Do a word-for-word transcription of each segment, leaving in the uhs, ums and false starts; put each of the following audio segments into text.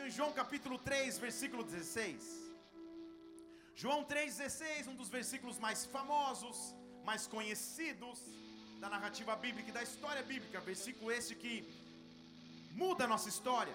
em João capítulo três, versículo dezesseis. João três, dezesseis, um dos versículos mais famosos, mais conhecidos da narrativa bíblica e da história bíblica. Versículo esse que muda a nossa história,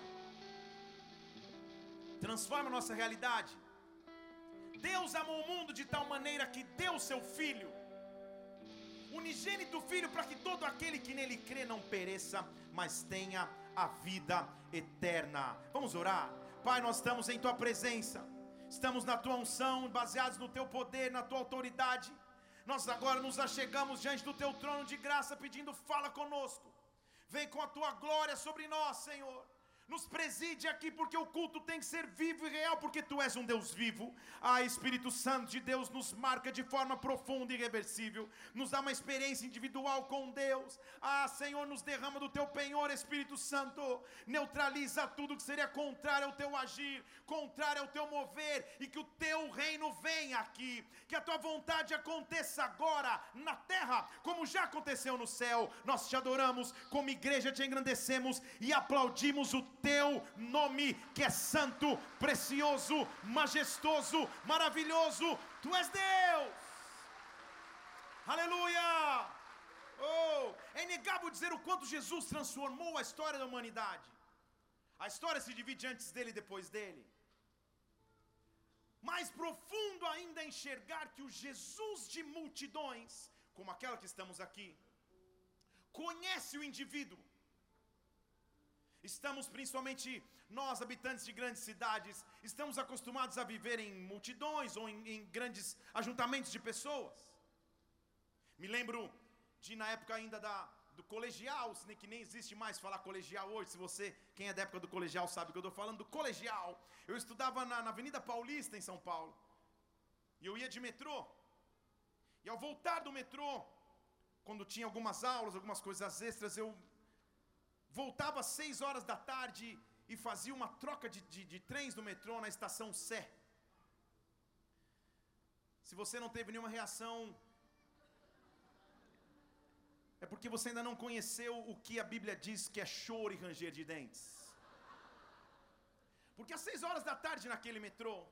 transforma a nossa realidade. Deus amou o mundo de tal maneira que deu seu Filho, unigênito Filho, para que todo aquele que nele crê não pereça, mas tenha a vida eterna. Vamos orar. Pai, nós estamos em tua presença, estamos na tua unção, baseados no teu poder, na tua autoridade. Nós agora nos achegamos diante do teu trono de graça, pedindo: fala conosco, vem com a tua glória sobre nós, Senhor. Nos preside aqui, porque o culto tem que ser vivo e real, porque tu és um Deus vivo. Ah, Espírito Santo de Deus, nos marca de forma profunda e irreversível, nos dá uma experiência individual com Deus. Ah, Senhor, nos derrama do teu penhor, Espírito Santo. Neutraliza tudo que seria contrário ao teu agir, contrário ao teu mover, e que o teu reino venha aqui, que a tua vontade aconteça agora na terra, como já aconteceu no céu. Nós te adoramos, como igreja te engrandecemos e aplaudimos o teu nome, que é santo, precioso, majestoso, maravilhoso. Tu és Deus. Aleluia. Oh, é inegável dizer o quanto Jesus transformou a história da humanidade. A história se divide antes dele e depois dele. Mais profundo ainda é enxergar que o Jesus de multidões, como aquela que estamos aqui, conhece o indivíduo. Estamos, principalmente nós, habitantes de grandes cidades, estamos acostumados a viver em multidões ou em, em grandes ajuntamentos de pessoas. Me lembro de, na época ainda da, do colegial, que nem existe mais falar colegial hoje. Se você, quem é da época do colegial, sabe o que eu estou falando, do colegial. Eu estudava na, na Avenida Paulista, em São Paulo, e eu ia de metrô. E ao voltar do metrô, quando tinha algumas aulas, algumas coisas extras, eu voltava às seis horas da tarde e fazia uma troca de, de, de trens do metrô na estação Sé. Se você não teve nenhuma reação, é porque você ainda não conheceu o que a Bíblia diz que é choro e ranger de dentes. Porque às seis horas da tarde naquele metrô,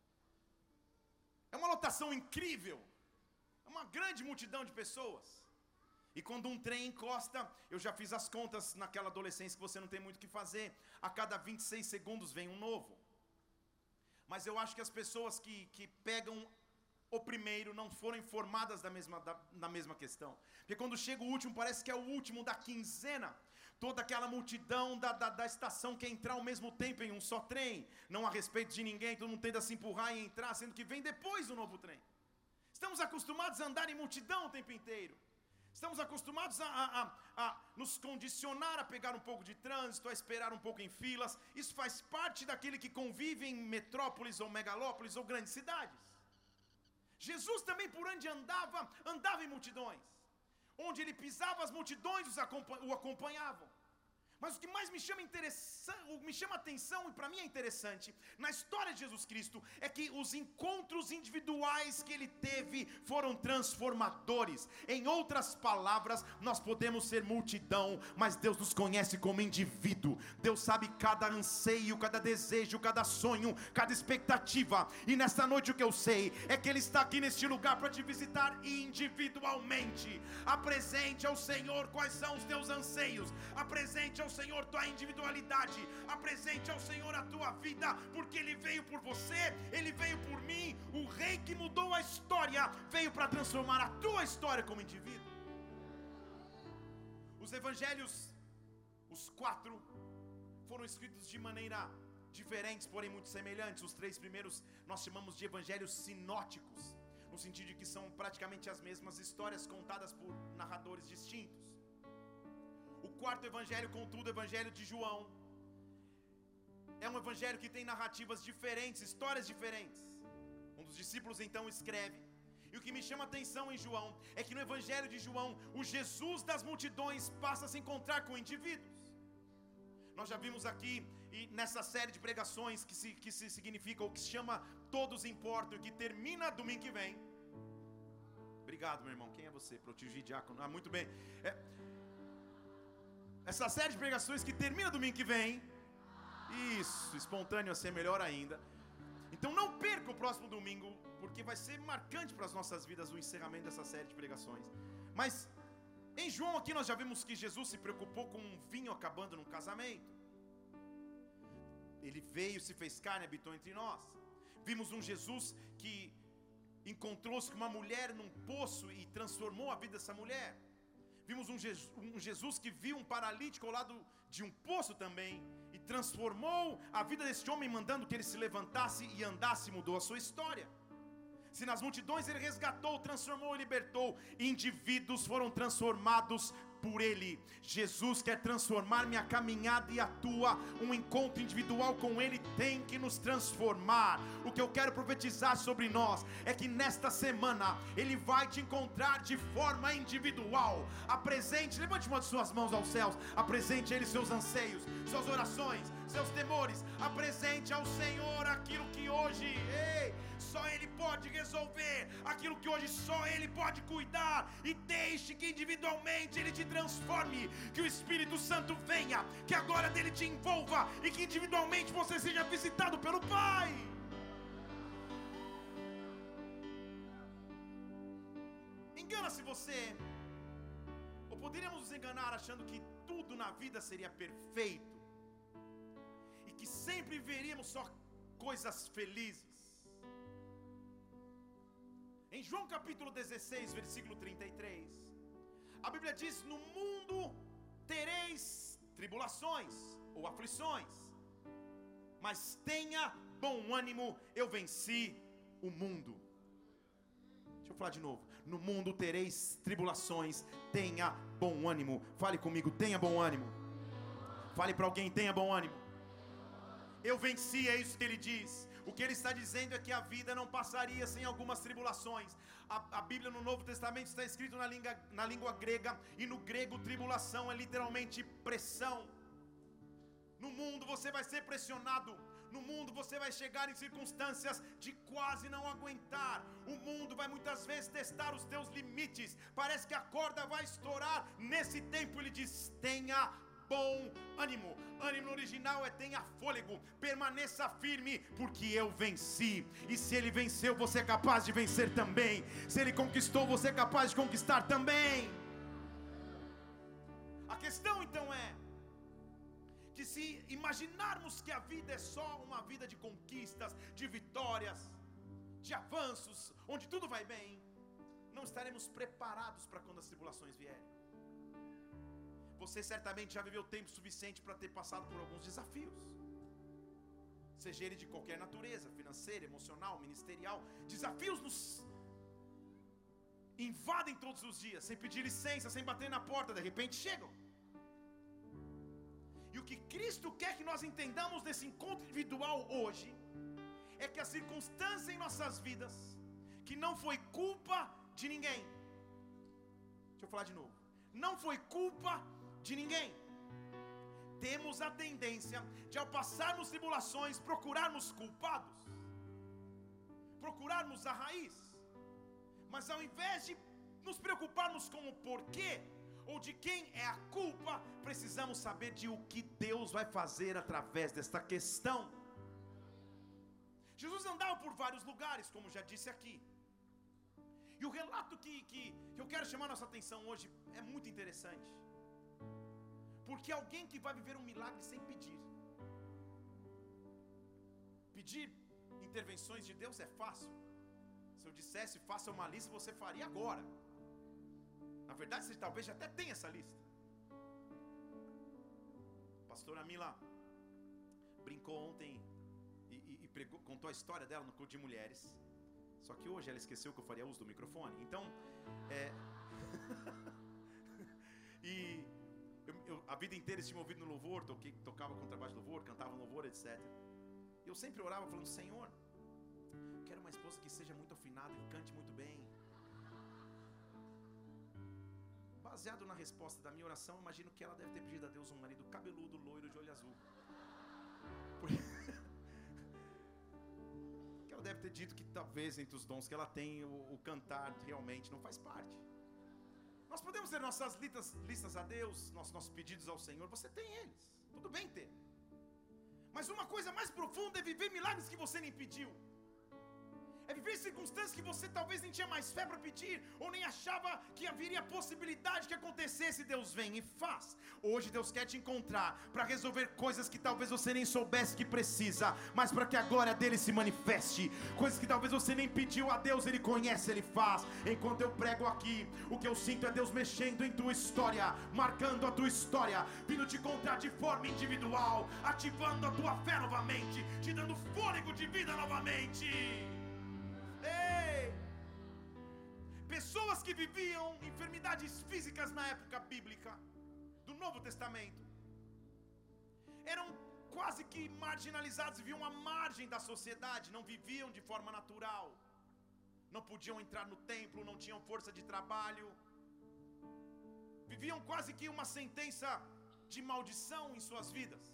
é uma lotação incrível, é uma grande multidão de pessoas. E quando um trem encosta, eu já fiz as contas naquela adolescência que você não tem muito o que fazer, a cada vinte e seis segundos vem um novo. Mas eu acho que as pessoas que, que pegam o primeiro não foram informadas da mesma, da, da mesma questão. Porque quando chega o último, parece que é o último da quinzena. Toda aquela multidão da, da, da estação quer entrar ao mesmo tempo em um só trem, não a respeito de ninguém, todo mundo tenta se empurrar e entrar, sendo que vem depois o novo trem. Estamos acostumados a andar em multidão o tempo inteiro. Estamos acostumados a, a, a, a nos condicionar a pegar um pouco de trânsito, a esperar um pouco em filas. Isso faz parte daquele que convive em metrópoles ou megalópolis ou grandes cidades. Jesus também, por onde andava, andava em multidões. Onde ele pisava, as multidões o acompanhavam. Mas o que mais me chama, me chama atenção, e para mim é interessante, na história de Jesus Cristo, é que os encontros individuais que ele teve foram transformadores. Em outras palavras, nós podemos ser multidão, mas Deus nos conhece como indivíduo. Deus sabe cada anseio, cada desejo, cada sonho, cada expectativa. E nesta noite o que eu sei é que ele está aqui neste lugar para te visitar individualmente. Apresente ao Senhor quais são os teus anseios. Apresente ao Senhor tua individualidade, apresente ao Senhor a tua vida, porque Ele veio por você, Ele veio por mim. O Rei que mudou a história veio para transformar a tua história como indivíduo. Os evangelhos, os quatro, foram escritos de maneira diferentes, porém muito semelhantes. Os três primeiros nós chamamos de evangelhos sinóticos, no sentido de que são praticamente as mesmas histórias contadas por narradores distintos. O quarto evangelho, contudo, o evangelho de João, é um evangelho que tem narrativas diferentes, histórias diferentes. Um dos discípulos então escreve, e o que me chama a atenção em João é que no evangelho de João, o Jesus das multidões passa a se encontrar com indivíduos. Nós já vimos aqui, e nessa série de pregações que se, que se significa, ou que se chama Todos Importam, que termina domingo que vem. Obrigado, meu irmão. Quem é você? Protegi diácono. Ah, muito bem. É... Essa série de pregações que termina domingo que vem, Isso, espontâneo assim é melhor ainda. Então não perca o próximo domingo, porque vai ser marcante para as nossas vidas o encerramento dessa série de pregações. Mas em João aqui nós já vimos que Jesus se preocupou com um vinho acabando num casamento. Ele veio, se fez carne, habitou entre nós. Vimos um Jesus que encontrou-se com uma mulher num poço e transformou a vida dessa mulher. Vimos um Jesus, um Jesus que viu um paralítico ao lado de um poço também e transformou a vida desse homem, mandando que ele se levantasse e andasse, mudou a sua história. Se nas multidões ele resgatou, transformou e libertou, indivíduos foram transformados por ele. Jesus quer transformar minha caminhada e a tua. Um encontro individual com ele tem que nos transformar. O que eu quero profetizar sobre nós é que nesta semana ele vai te encontrar de forma individual. Apresente, levante uma de suas mãos aos céus, apresente a ele seus anseios, suas orações, seus temores. Apresente ao Senhor aquilo que hoje, ei, só ele pode resolver, aquilo que hoje só ele pode cuidar, e deixe que individualmente ele te transforme, que o Espírito Santo venha, que agora dele te envolva, e que individualmente você seja visitado pelo Pai. Engana-se você, ou poderíamos nos enganar achando que tudo na vida seria perfeito, e que sempre veríamos só coisas felizes. Em João capítulo dezesseis, versículo trinta e três, a Bíblia diz: no mundo tereis tribulações ou aflições, mas tenha bom ânimo, eu venci o mundo. Deixa eu falar de novo. No mundo tereis tribulações, tenha bom ânimo. Fale comigo, tenha bom ânimo. Fale para alguém, tenha bom ânimo. Eu venci, é isso que ele diz. O que ele está dizendo é que a vida não passaria sem algumas tribulações. A, a Bíblia no Novo Testamento está escrito na língua, na língua grega, e no grego tribulação é literalmente pressão. No mundo você vai ser pressionado. No mundo você vai chegar em circunstâncias de quase não aguentar. O mundo vai muitas vezes testar os teus limites. Parece que a corda vai estourar. Nesse tempo ele diz: tenha bom ânimo. Ânimo no original é tenha fôlego, permaneça firme, porque eu venci. E se ele venceu, você é capaz de vencer também. Se ele conquistou, você é capaz de conquistar também. A questão então é que se imaginarmos que a vida é só uma vida de conquistas, de vitórias, de avanços, onde tudo vai bem, não estaremos preparados para quando as tribulações vierem. Você certamente já viveu tempo suficiente para ter passado por alguns desafios, seja ele de qualquer natureza, financeira, emocional, ministerial. Desafios nos invadem todos os dias, sem pedir licença, sem bater na porta, de repente chegam. E o que Cristo quer que nós entendamos nesse encontro individual hoje é que a circunstância em nossas vidas, que não foi culpa de ninguém, deixa eu falar de novo, não foi culpa de ninguém. Temos a tendência de, ao passarmos tribulações, procurarmos culpados, procurarmos a raiz. Mas ao invés de nos preocuparmos com o porquê ou de quem é a culpa, precisamos saber de o que Deus vai fazer através desta questão. Jesus andava por vários lugares, como já disse aqui. E o relato que, que, que eu quero chamar nossa atenção hoje é muito interessante. Porque alguém que vai viver um milagre sem pedir. Pedir intervenções de Deus é fácil. Se eu dissesse faça uma lista, você faria agora. Na verdade, você talvez já até tenha essa lista. A pastora Mila brincou ontem e, e, e pregou, contou a história dela no culto de mulheres. Só que hoje ela esqueceu que eu faria uso do microfone. Então, é... e eu, eu, a vida inteira estive ouvido no louvor, toquei, tocava contrabaixo de louvor, cantava no louvor, etcétera. E eu sempre orava falando: Senhor, quero uma esposa que seja muito afinada, que cante muito bem. Baseado na resposta da minha oração, imagino que ela deve ter pedido a Deus um marido cabeludo, loiro, de olho azul. Porque ela deve ter dito que talvez entre os dons que ela tem, o, o cantar realmente não faz parte. Nós podemos ter nossas listas, listas a Deus, nossos, nossos pedidos ao Senhor, você tem eles, tudo bem ter. Mas uma coisa mais profunda é viver milagres que você nem pediu. É viver circunstâncias que você talvez nem tinha mais fé para pedir, ou nem achava que haveria possibilidade que acontecesse. Deus vem e faz. Hoje Deus quer te encontrar para resolver coisas que talvez você nem soubesse que precisa, mas para que a glória dele se manifeste. Coisas que talvez você nem pediu a Deus, ele conhece, ele faz. Enquanto eu prego aqui, o que eu sinto é Deus mexendo em tua história, marcando a tua história, vindo te encontrar de forma individual, ativando a tua fé novamente, te dando fôlego de vida novamente. Ei! Pessoas que viviam enfermidades físicas na época bíblica do Novo Testamento eram quase que marginalizados, viviam à margem da sociedade, não viviam de forma natural, não podiam entrar no templo, não tinham força de trabalho, viviam quase que uma sentença de maldição em suas vidas.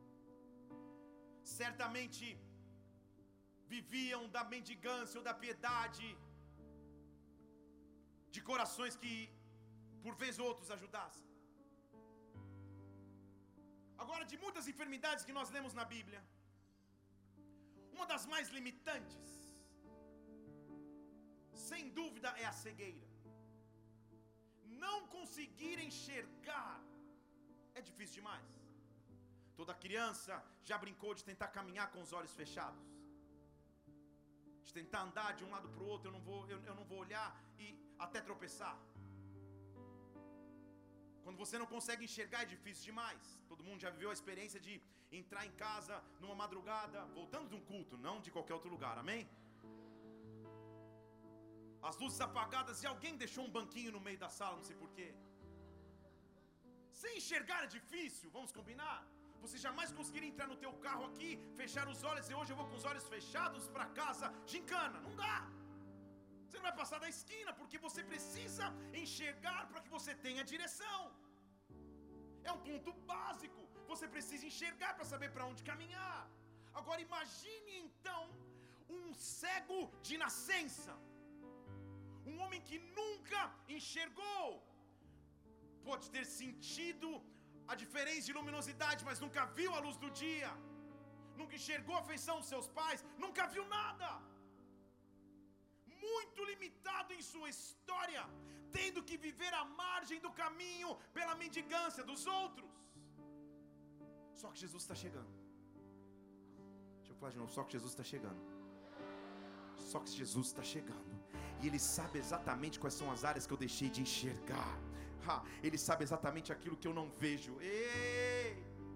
Certamente viviam da mendigância ou da piedade, de corações que por vez outros ajudassem. Agora, de muitas enfermidades que nós lemos na Bíblia, uma das mais limitantes, sem dúvida, é a cegueira. Não conseguir enxergar é difícil demais. Toda criança já brincou de tentar caminhar com os olhos fechados, de tentar andar de um lado para o outro. Eu não vou, eu, eu não vou olhar e até tropeçar. Quando você não consegue enxergar é difícil demais. Todo mundo já viveu a experiência de entrar em casa numa madrugada, voltando de um culto, não de qualquer outro lugar, amém? As luzes apagadas e alguém deixou um banquinho no meio da sala, não sei porquê. Sem enxergar é difícil, vamos combinar? Você jamais conseguiria entrar no teu carro aqui, fechar os olhos e dizer, hoje eu vou com os olhos fechados para casa, gincana, não dá. Você não vai passar da esquina, porque você precisa enxergar para que você tenha direção. É um ponto básico, você precisa enxergar para saber para onde caminhar. Agora imagine então um cego de nascença, um homem que nunca enxergou, pode ter sentido a diferença de luminosidade, mas nunca viu a luz do dia, nunca enxergou a afeição dos seus pais, nunca viu nada, muito limitado em sua história, tendo que viver à margem do caminho pela mendigância dos outros. Só que Jesus está chegando. Deixa eu falar de novo, só que Jesus está chegando. Só que Jesus está chegando, e Ele sabe exatamente quais são as áreas que eu deixei de enxergar. Ha, Ele sabe exatamente aquilo que eu não vejo. Ei!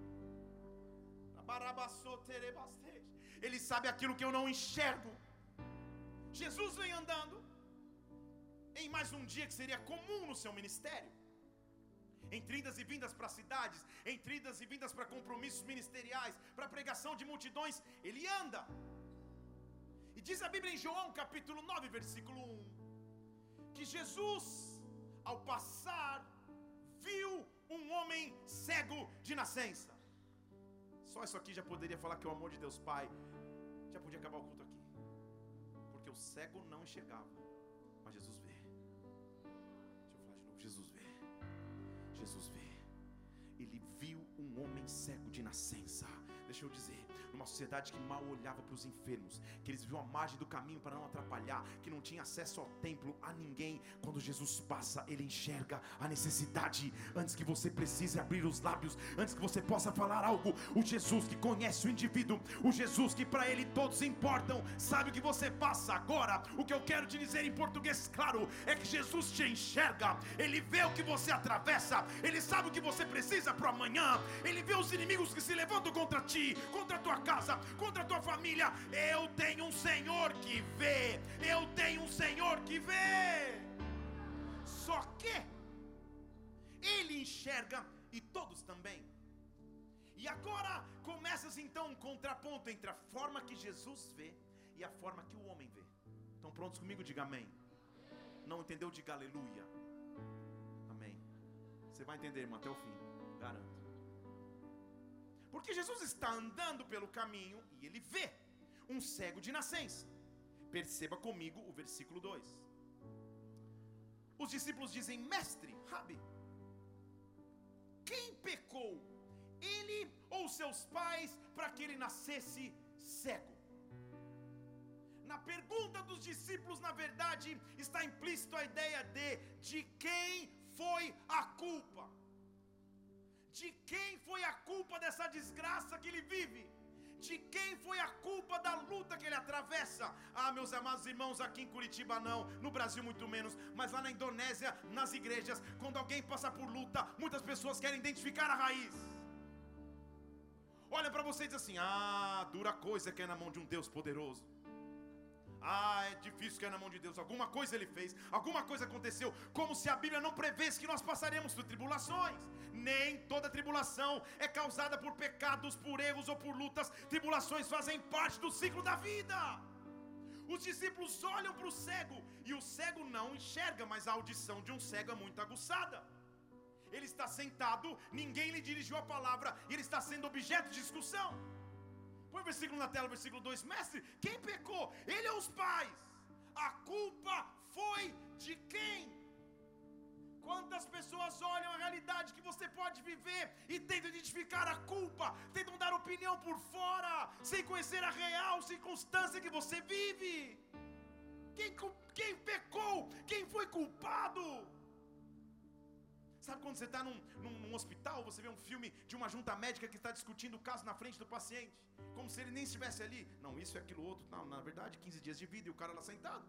Ele sabe aquilo que eu não enxergo. Jesus vem andando em mais um dia que seria comum no seu ministério, entre idas e vindas para cidades, entre idas e vindas para compromissos ministeriais, para pregação de multidões, Ele anda. E diz a Bíblia em João capítulo nove, versículo um, que Jesus, ao passar, viu um homem cego de nascença. Só isso aqui já poderia falar que o amor de Deus Pai já podia acabar o culto aqui, porque o cego não enxergava, mas Jesus vê. Deixa eu falar de novo, Jesus vê. Jesus vê. Ele viu um homem cego de nascença. Deixa eu dizer, numa sociedade que mal olhava para os enfermos, que eles viviam à margem do caminho para não atrapalhar, que não tinha acesso ao templo, a ninguém, quando Jesus passa, Ele enxerga a necessidade, antes que você precise abrir os lábios, antes que você possa falar algo. O Jesus que conhece o indivíduo, o Jesus que para Ele todos importam, sabe o que você passa. Agora, o que eu quero te dizer em português claro, é que Jesus te enxerga, Ele vê o que você atravessa, Ele sabe o que você precisa para amanhã, Ele vê os inimigos que se levantam contra ti, contra a tua casa, contra a tua família. Eu tenho um Senhor que vê, eu tenho um Senhor que vê. Só que Ele enxerga e todos também. E agora começa-se então um contraponto entre a forma que Jesus vê e a forma que o homem vê. Estão prontos comigo? Diga amém. Não entendeu? Diga aleluia. Amém. Você vai entender, irmão, até o fim, garanto. Porque Jesus está andando pelo caminho e Ele vê um cego de nascença. Perceba comigo o versículo dois. Os discípulos dizem, mestre, Rabi, quem pecou, ele ou seus pais para que ele nascesse cego? Na pergunta dos discípulos, na verdade, está implícito a ideia de de quem foi a culpa. De quem foi a culpa dessa desgraça que ele vive? De quem foi a culpa da luta que ele atravessa? Ah, meus amados irmãos, aqui em Curitiba não, no Brasil muito menos, mas lá na Indonésia, nas igrejas, quando alguém passa por luta, muitas pessoas querem identificar a raiz. Olha para você e diz assim: ah, dura coisa que é na mão de um Deus poderoso. Ah, é difícil que é na mão de Deus. Alguma coisa ele fez, alguma coisa aconteceu. Como se a Bíblia não prevesse que nós passaremos por tribulações. Nem toda tribulação é causada por pecados, por erros ou por lutas. Tribulações fazem parte do ciclo da vida. Os discípulos olham para o cego, e o cego não enxerga, mas a audição de um cego é muito aguçada. Ele está sentado, ninguém lhe dirigiu a palavra, e ele está sendo objeto de discussão. Põe o versículo na tela, versículo dois. Mestre, quem pecou? Ele ou os pais? A culpa foi de quem? Quantas pessoas olham a realidade que você pode viver e tentam identificar a culpa, tentam dar opinião por fora, sem conhecer a real circunstância que você vive? Quem, quem pecou? Quem foi culpado? Sabe quando você está num, num, num hospital, você vê um filme de uma junta médica que está discutindo o caso na frente do paciente, como se ele nem estivesse ali. Não, isso é aquilo outro. Não, na verdade, quinze dias de vida e o cara lá sentado.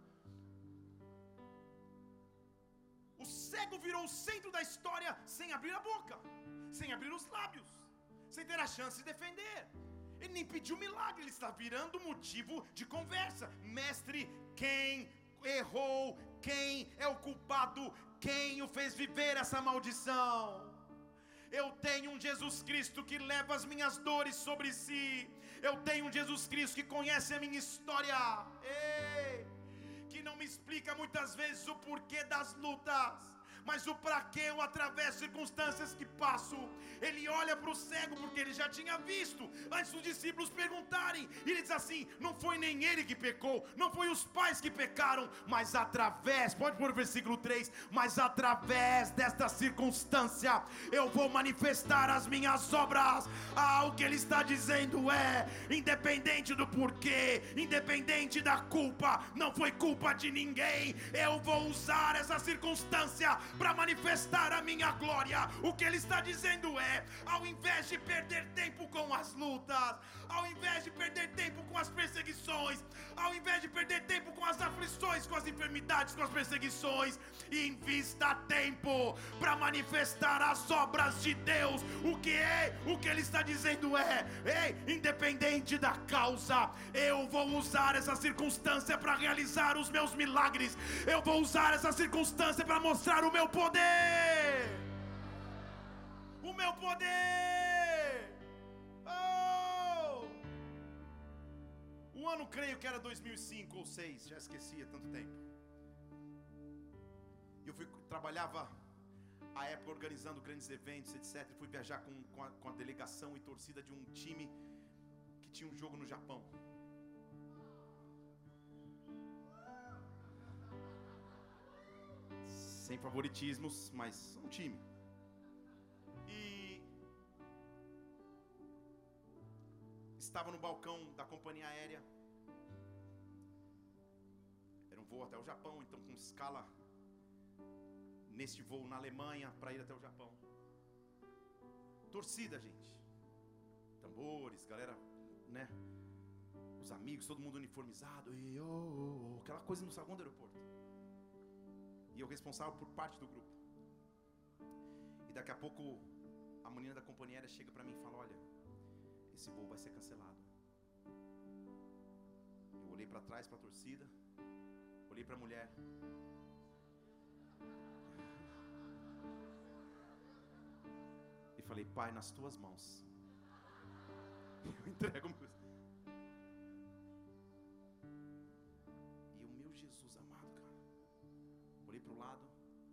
O cego virou o centro da história sem abrir a boca, sem abrir os lábios, sem ter a chance de defender. Ele nem pediu milagre, ele está virando motivo de conversa. Mestre, quem errou? Quem é o culpado? Quem o fez viver essa maldição? Eu tenho um Jesus Cristo que leva as minhas dores sobre si. Eu tenho um Jesus Cristo que conhece a minha história. Ei, que não me explica muitas vezes o porquê das lutas, mas o para que eu atravesso circunstâncias que passo. Ele olha para o cego porque ele já tinha visto antes dos discípulos perguntarem, e ele diz assim: não foi nem ele que pecou, não foi os pais que pecaram, mas através, pode pôr o versículo três, mas através desta circunstância eu vou manifestar as minhas obras. Ah, o que ele está dizendo é, independente do porquê, independente da culpa, não foi culpa de ninguém, eu vou usar essa circunstância para manifestar a minha glória. O que ele está dizendo é, ao invés de perder tempo com as lutas, ao invés de perder tempo com as perseguições, ao invés de perder tempo com as aflições, com as enfermidades, com as perseguições, invista tempo para manifestar as obras de Deus. O que é? O que ele está dizendo é, ei, independente da causa, eu vou usar essa circunstância para realizar os meus milagres. Eu vou usar essa circunstância para mostrar o meu poder. O meu poder. Oh! O ano, creio que era dois mil e cinco ou seis, já esqueci, há tanto tempo. Eu fui, trabalhava à época organizando grandes eventos, etcétera. Fui viajar com, com, a, com a delegação e torcida de um time que tinha um jogo no Japão. Sem favoritismos, mas um time. E estava no balcão da companhia aérea. Era um voo até o Japão, então com escala neste voo na Alemanha para ir até o Japão. Torcida, gente. Tambores, galera, né? Os amigos, todo mundo uniformizado. E oh, oh, oh, aquela coisa no saguão do aeroporto. E eu responsável por parte do grupo. E daqui a pouco a menina da companhia aérea chega para mim e fala: olha, esse voo vai ser cancelado. Eu olhei para trás para a torcida, olhei para a mulher. E falei: Pai, nas tuas mãos eu entrego meus... E o meu Jesus amado, cara, olhei para o lado,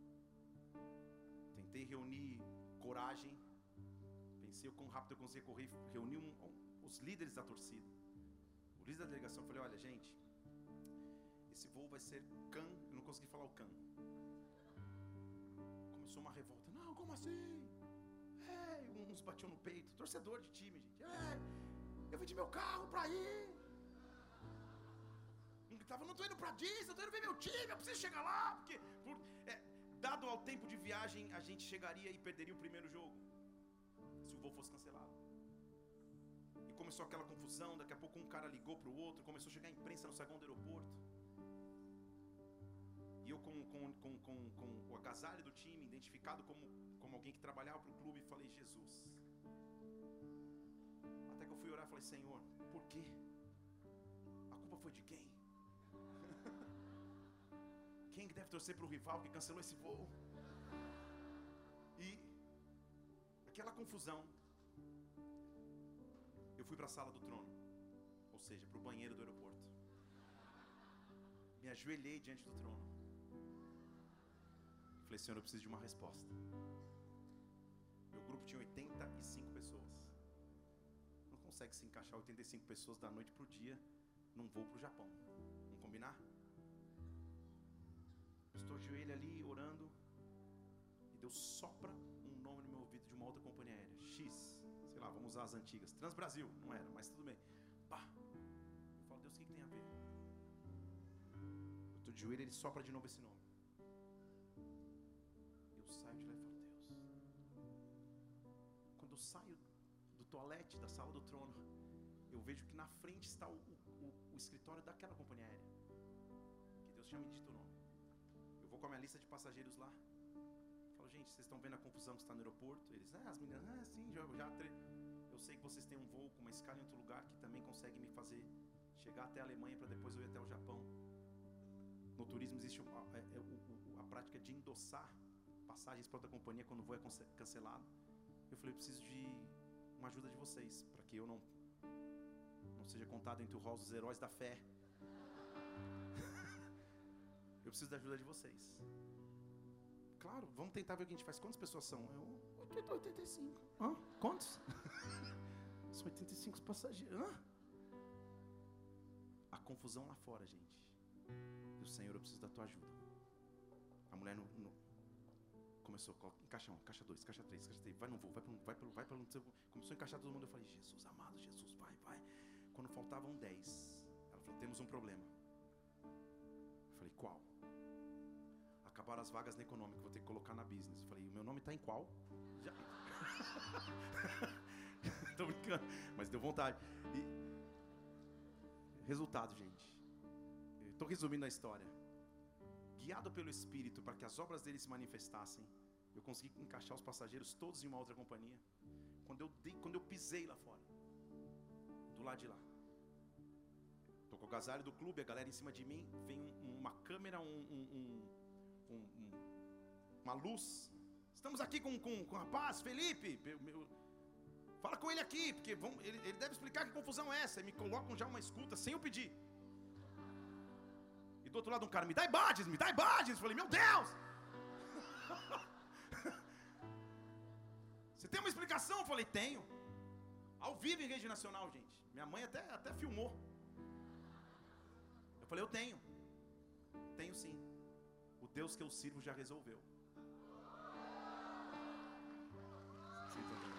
tentei reunir coragem, pensei o quão rápido eu conseguia correr, reuni um, um, os líderes da torcida, o líder da delegação. Falei: olha, gente, esse voo vai ser can, eu não consegui falar o can. Começou uma revolta. Não, como assim? É, uns batiam no peito, torcedor de time, gente. É, eu vendi meu carro pra ir. Um gritava, não tô indo pra Disney, eu tô indo ver meu time, eu preciso chegar lá. Porque, por, é, dado ao tempo de viagem, a gente chegaria e perderia o primeiro jogo, se o voo fosse cancelado. E começou aquela confusão, daqui a pouco um cara ligou pro outro, começou a chegar a imprensa no saguão do aeroporto. E eu com, com, com, com, com o agasalho do time, identificado como, como alguém que trabalhava pro clube, falei, Jesus. Até que eu fui orar e falei, Senhor, por quê? A culpa foi de quem? Quem deve torcer pro rival que cancelou esse voo? E aquela confusão, eu fui para a sala do trono, ou seja, para o banheiro do aeroporto. Me ajoelhei diante do trono. Falei, Senhor, eu preciso de uma resposta. Meu grupo tinha oitenta e cinco pessoas. Não consegue se encaixar oitenta e cinco pessoas da noite para o dia num voo para o Japão. Vamos combinar? Estou ajoelho ali orando e Deus sopra um nome no meu ouvido de uma outra companhia aérea, X, sei lá, vamos usar as antigas, Transbrasil, não era, mas tudo bem. Pá. Eu falo, Deus, o que, que tem a ver? Eu estou de joelho e ele sopra de novo esse nome. Eu saio de lá e falo, Deus. Quando eu saio do toalete da sala do trono, eu vejo que na frente está o, o, o escritório daquela companhia aérea, que Deus tinha me dito o nome. Vou com a minha lista de passageiros lá. Falo, gente, vocês estão vendo a confusão que está no aeroporto? Eles, ah, as meninas, ah, sim, já, já tre... eu sei que vocês têm um voo com uma escala em outro lugar que também consegue me fazer chegar até a Alemanha para depois eu ir até o Japão. No turismo existe uma, é, é, o, a prática de endossar passagens para outra companhia quando o voo é cancelado. Eu falei, eu preciso de uma ajuda de vocês, para que eu não, não seja contado entre o rol dos heróis da fé. Eu preciso da ajuda de vocês. Claro, vamos tentar ver o que a gente faz. Quantas pessoas são? Eu, oitenta e cinco. Hã? Quantos? São oitenta e cinco passageiros. Hã? A confusão lá fora, gente. E o Senhor, eu preciso da tua ajuda. A mulher no, no, começou, encaixa um, encaixa dois, encaixa três, encaixa três. Vai no voo, vai para vai vai vai começou a encaixar todo mundo. Eu falei, Jesus amado, Jesus, vai, vai. Quando faltavam dez, ela falou, temos um problema. Eu falei, qual? Acabaram as vagas na econômica, vou ter que colocar na business. Eu falei, o meu nome está em qual? Já... Tô brincando, mas deu vontade. E... Resultado, gente. Estou resumindo a história. Guiado pelo Espírito para que as obras dele se manifestassem, eu consegui encaixar os passageiros todos em uma outra companhia. Quando eu, dei, quando eu pisei lá fora, do lado de lá, tô com o agasalho do clube, a galera em cima de mim, vem um, uma câmera, um, um, um, um, uma luz. Estamos aqui com, com, com o rapaz, Felipe. Meu, meu, fala com ele aqui, porque vão, ele, ele deve explicar que confusão é essa. E me colocam já uma escuta sem eu pedir. E do outro lado um cara, me dá imagens, me dá imagens. Eu falei, meu Deus! Você tem uma explicação? Eu falei, tenho. Ao vivo em rede nacional, gente. Minha mãe até, até filmou. Eu falei, eu tenho. Tenho sim. O Deus que eu sirvo já resolveu. Sim, também.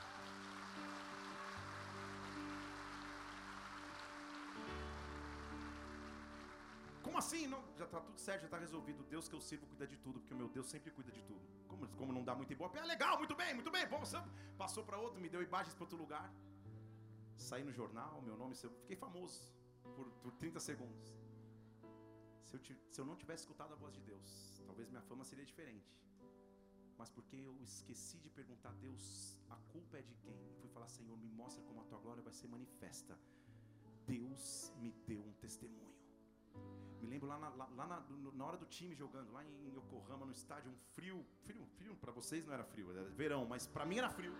Como assim? Não, já está tudo certo, já está resolvido. O Deus que eu sirvo cuida de tudo, porque o meu Deus sempre cuida de tudo. Como, como não dá muito ibope, é legal, muito bem, muito bem. Bom, passou para outro, me deu imagens para outro lugar. Saí no jornal, meu nome, fiquei famoso por, por trinta segundos. Se eu, se eu não tivesse escutado a voz de Deus, talvez minha fama seria diferente. Mas porque eu esqueci de perguntar a Deus, a culpa é de quem? E fui falar, Senhor, me mostra como a tua glória vai ser manifesta. Deus me deu um testemunho. Me lembro lá, na, lá, lá na, na hora do time jogando, lá em Yokohama, no estádio, um frio, frio, frio, para vocês não era frio, era verão, mas para mim era frio.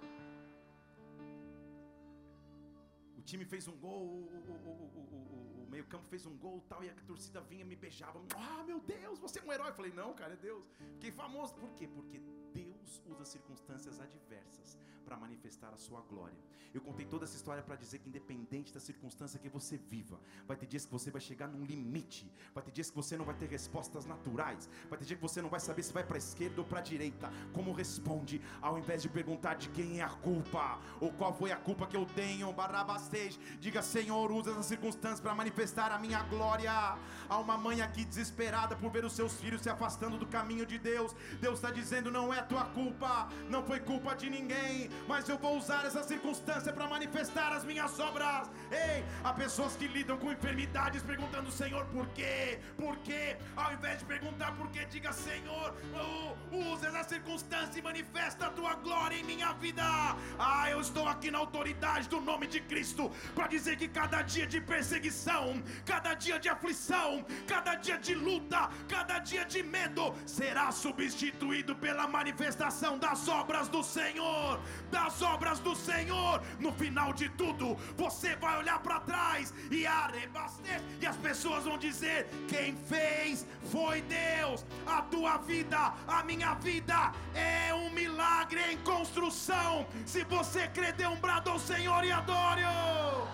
O time fez um gol, o, o, o, o, o meio campo fez um gol tal, e a torcida vinha e me beijava. Ah, meu Deus, você é um herói. Eu falei, não, cara, é Deus. Fiquei famoso. Por quê? Porque Deus usa circunstâncias adversas para manifestar a sua glória. Eu contei toda essa história para dizer que independente da circunstância que você viva, vai ter dias que você vai chegar num limite, vai ter dias que você não vai ter respostas naturais, vai ter dia que você não vai saber se vai para a esquerda ou para a direita. Como responde, ao invés de perguntar de quem é a culpa, ou qual foi a culpa que eu tenho, barabastej, diga: Senhor, usa essa circunstância para manifestar a minha glória. Há uma mãe aqui desesperada por ver os seus filhos se afastando do caminho de Deus. Deus está dizendo: não é tua culpa, não foi culpa de ninguém, mas eu vou usar essa circunstância para manifestar as minhas obras. Ei, há pessoas que lidam com enfermidades perguntando: Senhor, por quê? Por quê? Ao invés de perguntar por quê, diga: Senhor, oh, usa essa circunstância e manifesta a tua glória em minha vida. Ah, eu estou aqui na autoridade do nome de Cristo para dizer que cada dia de perseguição, cada dia de aflição, cada dia de luta, cada dia de medo será substituído pela manifestação das obras do Senhor, das obras do Senhor. No final de tudo, você vai olhar para trás e arrebastecer, e as pessoas vão dizer: quem fez foi Deus. A tua vida, a minha vida é um milagre em construção. Se você crê, dê um brado ao Senhor e adore-o.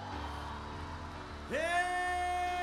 Ei!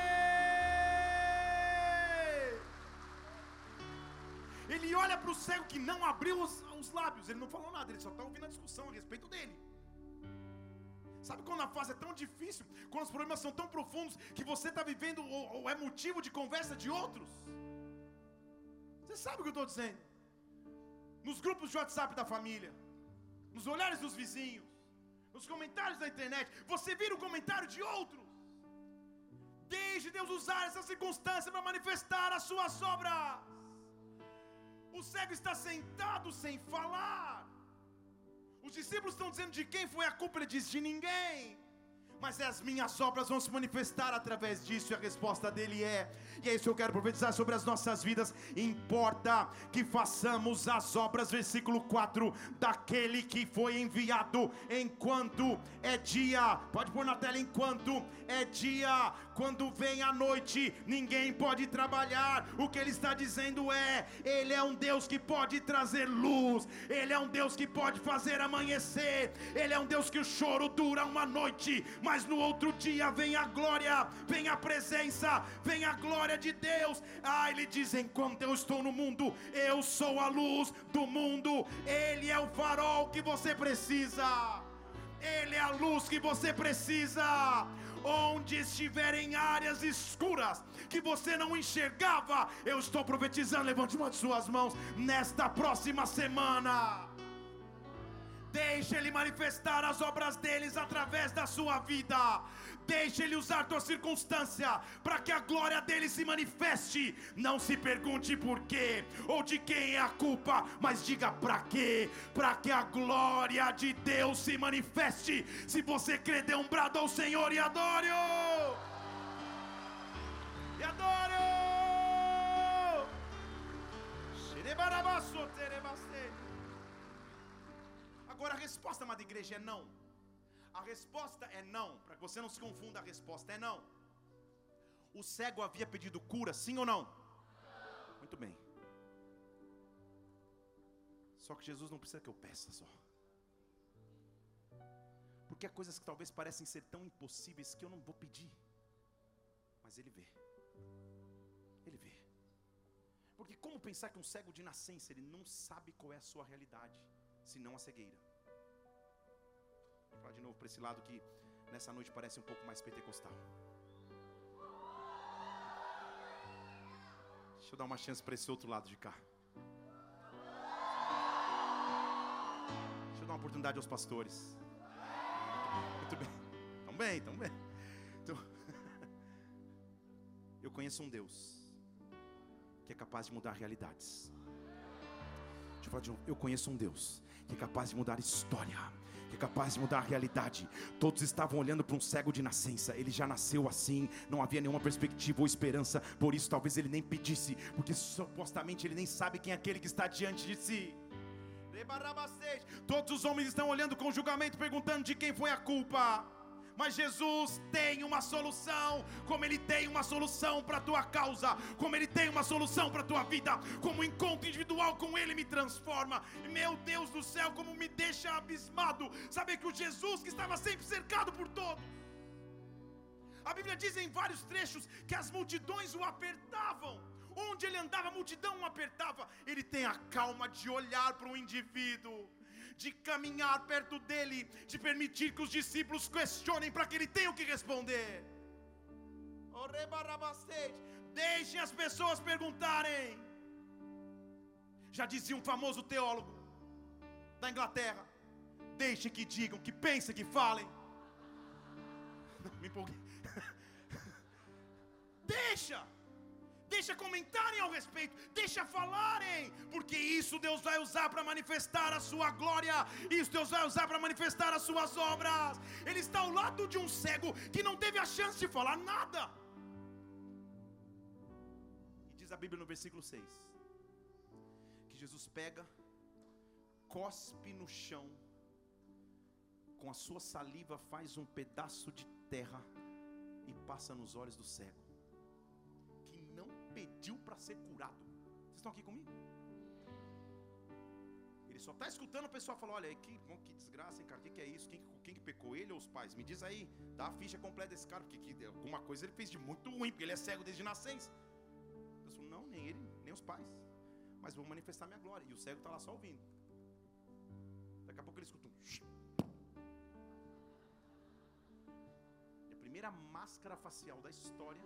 Ele olha para o cego que não abriu os, os lábios. Ele não falou nada, ele só está ouvindo a discussão a respeito dele. Sabe quando a fase é tão difícil, quando os problemas são tão profundos, que você está vivendo ou, ou é motivo de conversa de outros? Você sabe o que eu estou dizendo? Nos grupos de WhatsApp da família, nos olhares dos vizinhos, nos comentários da internet, você vira o comentário de outros. Deixe Deus usar essa circunstância para manifestar as suas obras. O cego está sentado sem falar. Os discípulos estão dizendo: de quem foi a culpa? Ele diz: de ninguém. Mas as minhas obras vão se manifestar através disso. E a resposta dele é, e é isso que eu quero profetizar sobre as nossas vidas: importa que façamos as obras, versículo quatro, daquele que foi enviado enquanto é dia. Pode pôr na tela: enquanto é dia. Quando vem a noite, ninguém pode trabalhar. O que ele está dizendo é: ele é um Deus que pode trazer luz, ele é um Deus que pode fazer amanhecer, ele é um Deus que o choro dura uma noite, mas no outro dia vem a glória, vem a presença, vem a glória de Deus. Ah, ele diz: enquanto eu estou no mundo, eu sou a luz do mundo. Ele é o farol que você precisa, ele é a luz que você precisa. Onde estiverem áreas escuras que você não enxergava, eu estou profetizando, levante uma de suas mãos, nesta próxima semana, deixe Ele manifestar as obras deles através da sua vida. Deixe Ele usar tua circunstância para que a glória dele se manifeste. Não se pergunte por quê ou de quem é a culpa, mas diga para quê, para que a glória de Deus se manifeste. Se você crê, dê um brado ao Senhor e adore-o. E adore-o. Agora a resposta, amada igreja, é não. A resposta é não. Para que você não se confunda, a resposta é não. O cego havia pedido cura, sim ou não? Não. Muito bem. Só que Jesus não precisa que eu peça só. Porque há coisas que talvez parecem ser tão impossíveis que eu não vou pedir. Mas Ele vê. Ele vê. Porque como pensar que um cego de nascença, ele não sabe qual é a sua realidade, senão a cegueira? Vou falar de novo para esse lado que nessa noite parece um pouco mais pentecostal. Deixa eu dar uma chance para esse outro lado de cá. Deixa eu dar uma oportunidade aos pastores. Muito bem, tão bem, tão bem. Então, eu conheço um Deus que é capaz de mudar realidades. Deixa eu falar de novo. Eu conheço um Deus que é capaz de mudar história, que é capaz de mudar a realidade. Todos estavam olhando para um cego de nascença. Ele já nasceu assim, não havia nenhuma perspectiva ou esperança. Por isso talvez ele nem pedisse, porque supostamente ele nem sabe quem é aquele que está diante de si. Todos os homens estão olhando com julgamento, perguntando de quem foi a culpa. Mas Jesus tem uma solução, como Ele tem uma solução para a tua causa, como Ele tem uma solução para a tua vida, como um encontro individual com Ele me transforma. Meu Deus do céu, como me deixa abismado saber que o Jesus que estava sempre cercado por todos, a Bíblia diz em vários trechos que as multidões o apertavam. Onde ele andava, a multidão o apertava. Ele tem a calma de olhar para o indivíduo, de caminhar perto dele, de permitir que os discípulos questionem para que ele tenha o que responder. Deixem as pessoas perguntarem. Já dizia um famoso teólogo da Inglaterra: deixe que digam, que pensem, que falem. Não, me empolguei. Deixa. Deixa comentarem ao respeito, deixa falarem, porque isso Deus vai usar para manifestar a sua glória, isso Deus vai usar para manifestar as suas obras. Ele está ao lado de um cego que não teve a chance de falar nada. E diz a Bíblia no versículo seis, que Jesus pega, cospe no chão, com a sua saliva faz um pedaço de terra e passa nos olhos do cego, pediu para ser curado. Vocês estão aqui comigo? Ele só está escutando o pessoal falar: olha, que, que desgraça, hein, cara, o que, que é isso? Quem, quem que pecou, ele ou os pais? Me diz aí, dá a ficha completa desse cara, porque que, alguma coisa ele fez de muito ruim, porque ele é cego desde nascença. Deus falou: não, nem ele, nem os pais, mas vou manifestar minha glória. E o cego está lá só ouvindo. Daqui a pouco ele escuta um... E a primeira máscara facial da história.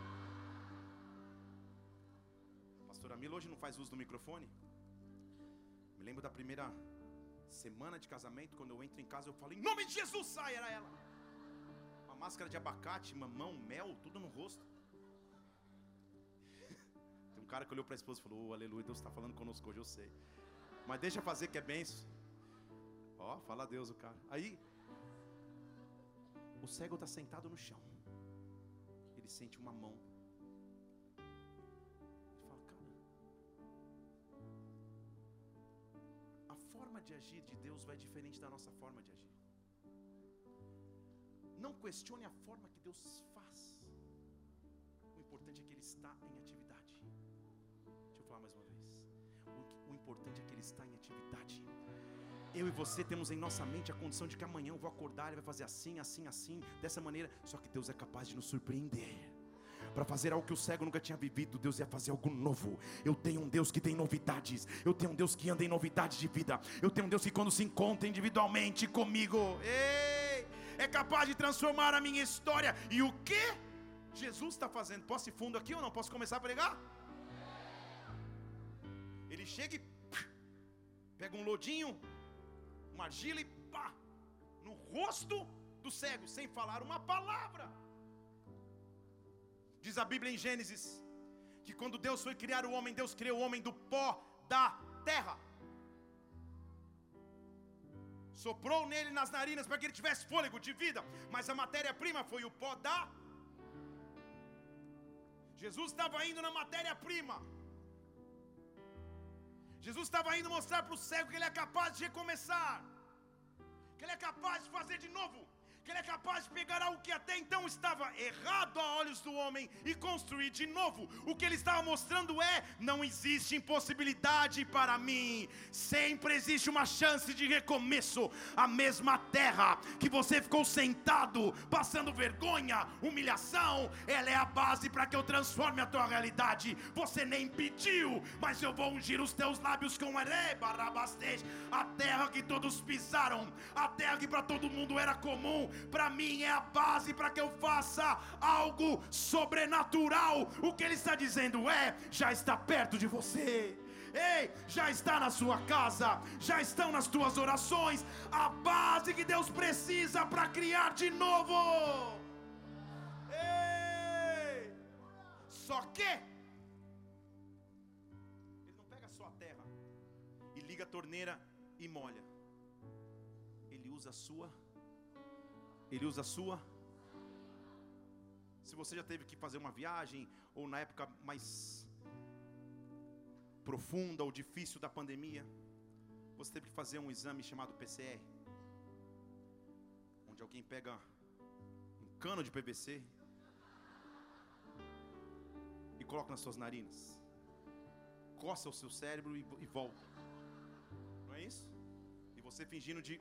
A Mila hoje não faz uso do microfone. Me lembro da primeira semana de casamento, quando eu entro em casa eu falo: em nome de Jesus, sai! Era ela. Uma máscara de abacate, mamão, mel, tudo no rosto. Tem um cara que olhou para a esposa e falou: oh, aleluia, Deus está falando conosco hoje, eu sei. Mas deixa fazer que é benção. Ó, oh, fala a Deus o cara. Aí o cego está sentado no chão. Ele sente uma mão. De agir de Deus vai diferente da nossa forma de agir. Não questione a forma que Deus faz. O importante é que Ele está em atividade. Deixa eu falar mais uma vez. O, o importante é que Ele está em atividade. Eu e você temos em nossa mente a condição de que amanhã eu vou acordar, Ele vai fazer assim, assim, assim, dessa maneira. Só que Deus é capaz de nos surpreender. Para fazer algo que o cego nunca tinha vivido, Deus ia fazer algo novo. Eu tenho um Deus que tem novidades. Eu tenho um Deus que anda em novidades de vida. Eu tenho um Deus que quando se encontra individualmente comigo, ei, é capaz de transformar a minha história. E o que Jesus está fazendo? Posso ir fundo aqui ou não? Posso começar a pregar? Ele chega e pega um lodinho, uma argila e pá, no rosto do cego, sem falar uma palavra. Diz a Bíblia em Gênesis que quando Deus foi criar o homem, Deus criou o homem do pó da terra. Soprou nele nas narinas para que ele tivesse fôlego de vida, mas a matéria-prima foi o pó da... Jesus estava indo na matéria-prima. Jesus estava indo mostrar para o cego que ele é capaz de recomeçar, que ele é capaz de fazer de novo, que Ele é capaz de pegar algo que até então estava errado a olhos do homem e construir de novo. O que Ele estava mostrando é: não existe impossibilidade para mim, sempre existe uma chance de recomeço. A mesma terra que você ficou sentado, passando vergonha, humilhação, ela é a base para que eu transforme a tua realidade. Você nem pediu, mas eu vou ungir os teus lábios com ereba, rabastej. A terra que todos pisaram, a terra que para todo mundo era comum, para mim é a base para que eu faça algo sobrenatural. O que Ele está dizendo é: já está perto de você. Ei, já está na sua casa, já estão nas tuas orações, a base que Deus precisa para criar de novo. Ei, só que Ele não pega só a terra e liga a torneira e molha. Ele usa a sua Ele usa a sua. Se você já teve que fazer uma viagem, ou na época mais profunda ou difícil da pandemia, você teve que fazer um exame chamado P C R, onde alguém pega cano de P V C e coloca nas suas narinas, coça o seu cérebro e, e volta. Não é isso? E você fingindo de...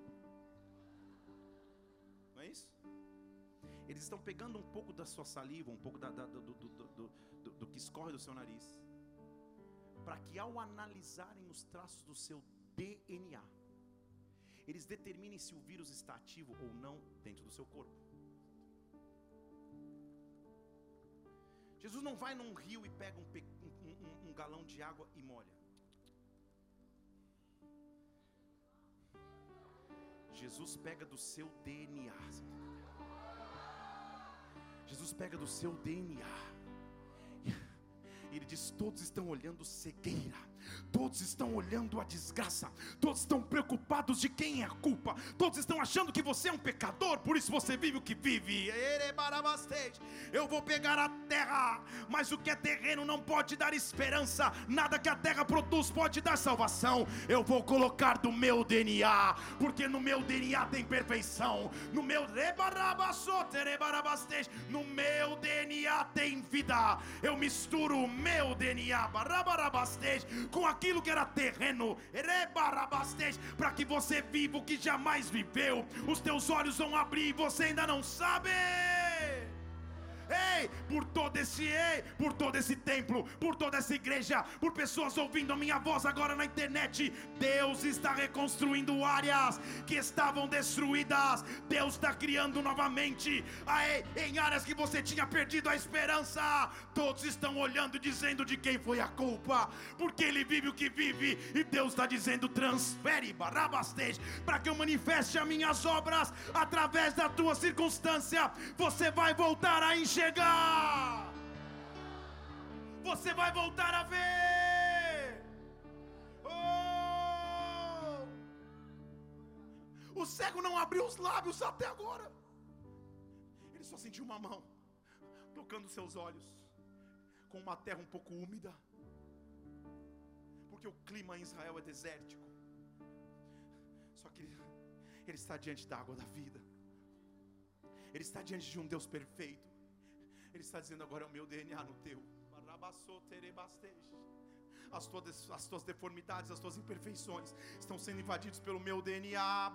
Não é isso? Eles estão pegando um pouco da sua saliva, um pouco da, da, do, do, do, do, do que escorre do seu nariz, para que ao analisarem os traços do seu D N A, eles determinem se o vírus está ativo ou não dentro do seu corpo. Jesus não vai num rio e pega um, um, um, um galão de água e molha. Jesus pega do seu D N A. Jesus pega do seu D N A. Ele diz: todos estão olhando cegueira, todos estão olhando a desgraça, todos estão preocupados de quem é a culpa, todos estão achando que você é um pecador, por isso você vive o que vive. Eu vou pegar a terra, mas o que é terreno não pode dar esperança, nada que a terra produz pode dar salvação. Eu vou colocar do meu D N A, porque no meu D N A tem perfeição, no meu no meu D N A tem vida. Eu misturo o meu D N A com aquilo que era terreno, para que você viva o que jamais viveu. Os teus olhos vão abrir e você ainda não sabe. Ei, por todo esse ei, por todo esse templo, por toda essa igreja, por pessoas ouvindo a minha voz agora na internet, Deus está reconstruindo áreas que estavam destruídas. Deus está criando novamente, aí, em áreas que você tinha perdido a esperança. Todos estão olhando e dizendo de quem foi a culpa, porque Ele vive o que vive, e Deus está dizendo: transfere barabastej, para que eu manifeste as minhas obras através da tua circunstância. Você vai voltar a enxergar, chegar, você vai voltar a ver. Oh! O cego não abriu os lábios até agora, ele só sentiu uma mão tocando seus olhos, com uma terra um pouco úmida, porque o clima em Israel é desértico. Só que ele, ele está diante da água da vida, ele está diante de um Deus perfeito. Ele está dizendo: agora é o meu D N A no teu. As tuas, as tuas deformidades, as tuas imperfeições estão sendo invadidos pelo meu D N A.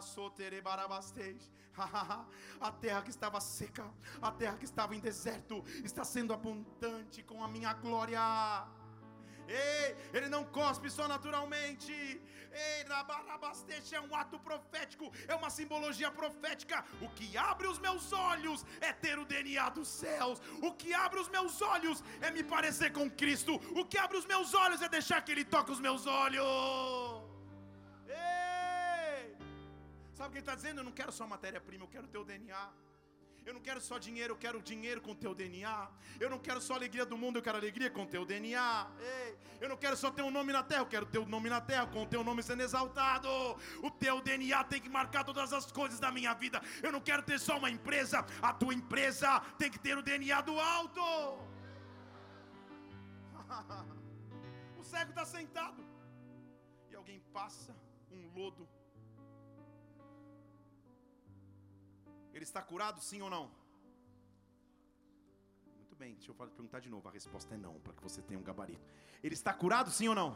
A terra que estava seca, a terra que estava em deserto, está sendo abundante com a minha glória. Ei, Ele não cospe só naturalmente. Ei, Rabarabasteixe é um ato profético, é uma simbologia profética. O que abre os meus olhos é ter o D N A dos céus. O que abre os meus olhos é me parecer com Cristo. O que abre os meus olhos é deixar que Ele toque os meus olhos. Ei, sabe o que Ele está dizendo? Eu não quero só matéria-prima, eu quero o teu D N A. Eu não quero só dinheiro, eu quero dinheiro com teu D N A. Eu não quero só alegria do mundo, eu quero alegria com teu D N A. Ei, eu não quero só ter um nome na terra, eu quero ter um nome na terra com o teu nome sendo exaltado. O teu D N A tem que marcar todas as coisas da minha vida. Eu não quero ter só uma empresa, a tua empresa tem que ter o D N A do alto. O cego está sentado e alguém passa um lodo. Ele está curado, sim ou não? Muito bem, deixa eu perguntar de novo. A resposta é não, para que você tenha um gabarito. Ele está curado, sim ou não?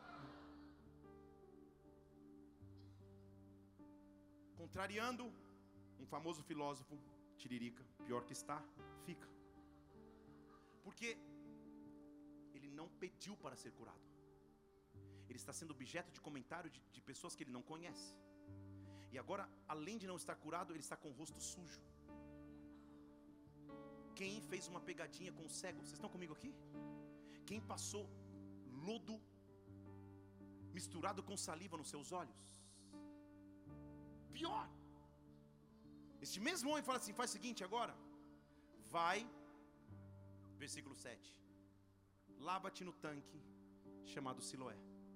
Contrariando um famoso filósofo, Tiririca: pior que está, fica. Porque ele não pediu para ser curado. Ele está sendo objeto de comentário de, de pessoas que ele não conhece. E agora, além de não estar curado, ele está com o rosto sujo. Quem fez uma pegadinha com o cego? Vocês estão comigo aqui? Quem passou lodo misturado com saliva nos seus olhos? Pior. Este mesmo homem fala assim: faz o seguinte agora. Vai, versículo sete. Lava-te no tanque chamado Siloé.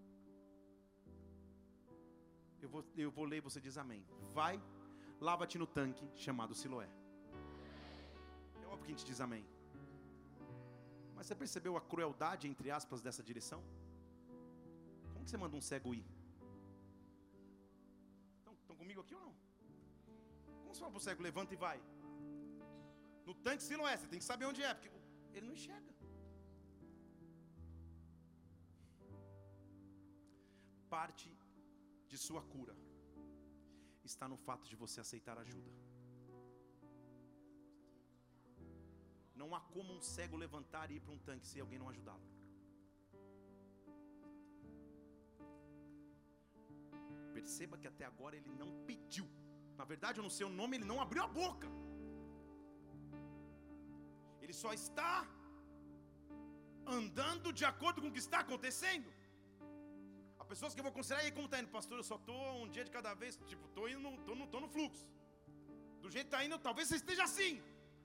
Eu vou, eu vou ler e você diz amém. Vai, lava-te no tanque chamado Siloé. É óbvio que a gente diz amém. Mas você percebeu a crueldade, entre aspas, dessa direção? Como que você manda um cego ir? Estão, estão comigo aqui ou não? Como você fala para o cego: levanta e vai? tanque Siloé, você tem que saber onde é, porque ele não enxerga. Parte de sua cura está no fato de você aceitar ajuda. Não há como um cego levantar e ir para um tanque se alguém não ajudá-lo. Perceba que até agora ele não pediu. Na verdade, eu não sei o nome, ele não abriu a boca. Ele só está andando de acordo com o que está acontecendo. Há pessoas que eu vou considerar, e aí como está indo, pastor? Eu só estou um dia de cada vez, tipo, estou indo, estou no, tô no fluxo. Do jeito que está indo, talvez você esteja assim.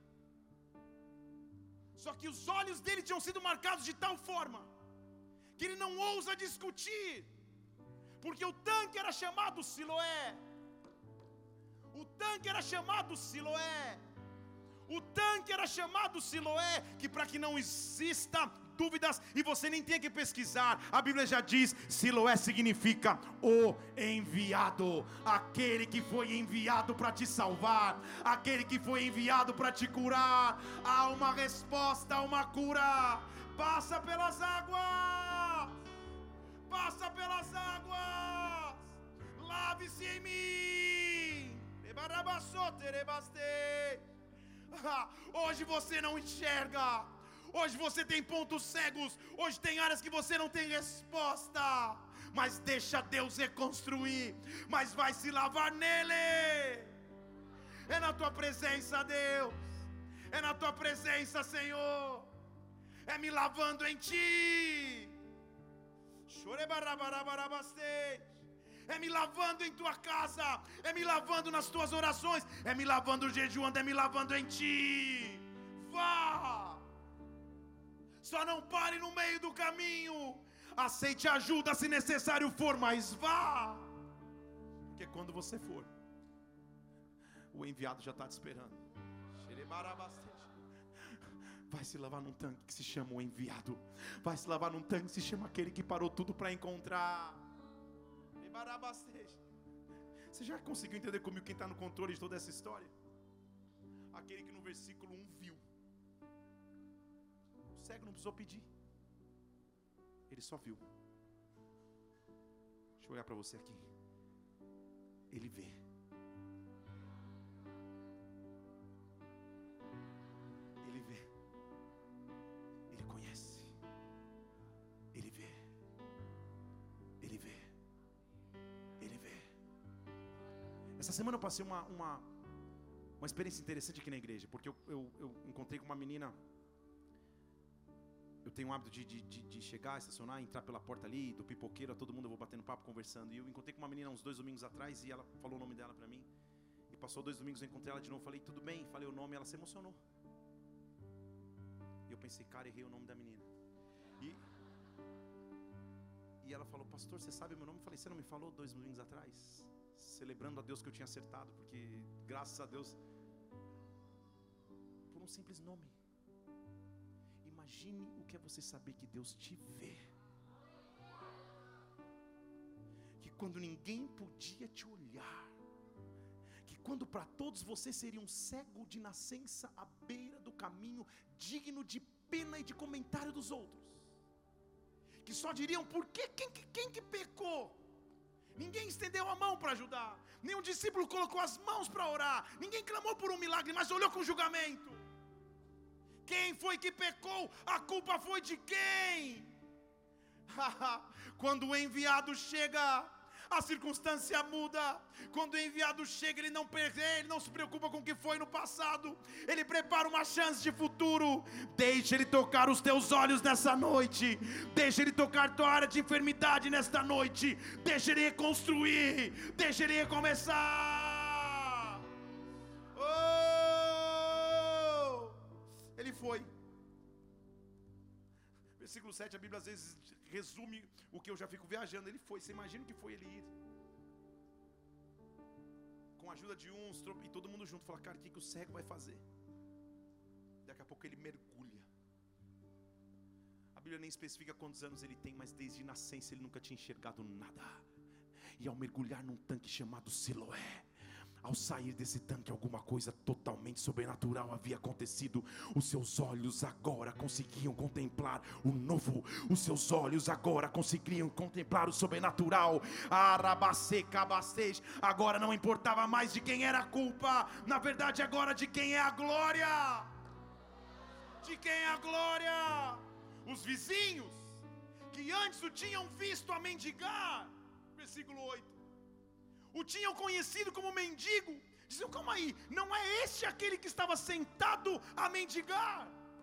Só que os olhos dele tinham sido marcados de tal forma que ele não ousa discutir, porque o tanque era chamado Siloé. O tanque era chamado Siloé. O tanque era chamado Siloé, que para que não exista dúvidas e você nem tenha que pesquisar, a Bíblia já diz, Siloé significa o enviado, aquele que foi enviado para te salvar, aquele que foi enviado para te curar. Há uma resposta, há uma cura. Passa pelas águas, passa pelas águas, lave-se em mim. Hoje você não enxerga, hoje você tem pontos cegos, hoje tem áreas que você não tem resposta, mas deixa Deus reconstruir, mas vai se lavar nele. É na tua presença, Deus, é na tua presença, Senhor, é me lavando em ti. É me lavando em tua casa, é me lavando nas tuas orações, é me lavando jejuando, é me lavando em ti. Vá, só não pare no meio do caminho, aceite ajuda se necessário for, mas vá, porque quando você for, o enviado já está te esperando. Vai se lavar num tanque que se chama o enviado, vai se lavar num tanque que se chama aquele que parou tudo para encontrar. Você já conseguiu entender comigo quem está no controle de toda essa história? Aquele que no versículo um viu. O cego não precisou pedir, ele só viu. Deixa eu olhar para você aqui. Ele vê. Ele vê. Ele conhece. Ele vê. Ele vê. Ele vê. Essa semana eu passei uma, uma, uma experiência interessante aqui na igreja, porque eu, eu, eu encontrei com uma menina. Eu tenho o hábito de, de, de, de chegar, estacionar, entrar pela porta ali, do pipoqueiro a todo mundo, eu vou batendo papo, conversando. E eu encontrei com uma menina uns dois domingos atrás, e ela falou o nome dela pra mim. E passou dois domingos, eu encontrei ela de novo, falei, tudo bem? Falei o nome, ela se emocionou. E eu pensei, cara, errei o nome da menina. E, e ela falou, pastor, você sabe o meu nome? Eu falei, você não me falou dois domingos atrás? Celebrando a Deus que eu tinha acertado, porque graças a Deus, por um simples nome. Imagine o que é você saber que Deus te vê, que quando ninguém podia te olhar, que quando para todos você seria um cego de nascença à beira do caminho, digno de pena e de comentário dos outros, que só diriam, por que, quem, quem que pecou? Ninguém estendeu a mão para ajudar, nenhum discípulo colocou as mãos para orar, ninguém clamou por um milagre, mas olhou com julgamento. Quem foi que pecou? A culpa foi de quem? Quando o enviado chega, a circunstância muda. Quando o enviado chega, ele não perde, ele não se preocupa com o que foi no passado. Ele prepara uma chance de futuro. Deixa ele tocar os teus olhos nessa noite. Deixa ele tocar tua área de enfermidade nesta noite. Deixa ele reconstruir. Deixa ele recomeçar. Oh! Ele foi. Versículo sete, a Bíblia às vezes resume o que eu já fico viajando. Ele foi, você imagina o que foi ele ir? Com a ajuda de uns, e todo mundo junto, fala, cara, o que, que o cego vai fazer? Daqui a pouco ele mergulha. A Bíblia nem especifica quantos anos ele tem, mas desde nascença ele nunca tinha enxergado nada. E ao mergulhar num tanque chamado Siloé, Ao sair desse tanque, alguma coisa totalmente sobrenatural havia acontecido. Os seus olhos agora conseguiam contemplar o novo. Os seus olhos agora conseguiam contemplar o sobrenatural. Agora não importava mais de quem era a culpa. Na verdade, agora de quem é a glória. De quem é a glória. Os vizinhos que antes o tinham visto a mendigar, versículo oito, o tinham conhecido como mendigo, diziam: calma aí, não é este aquele que estava sentado a mendigar?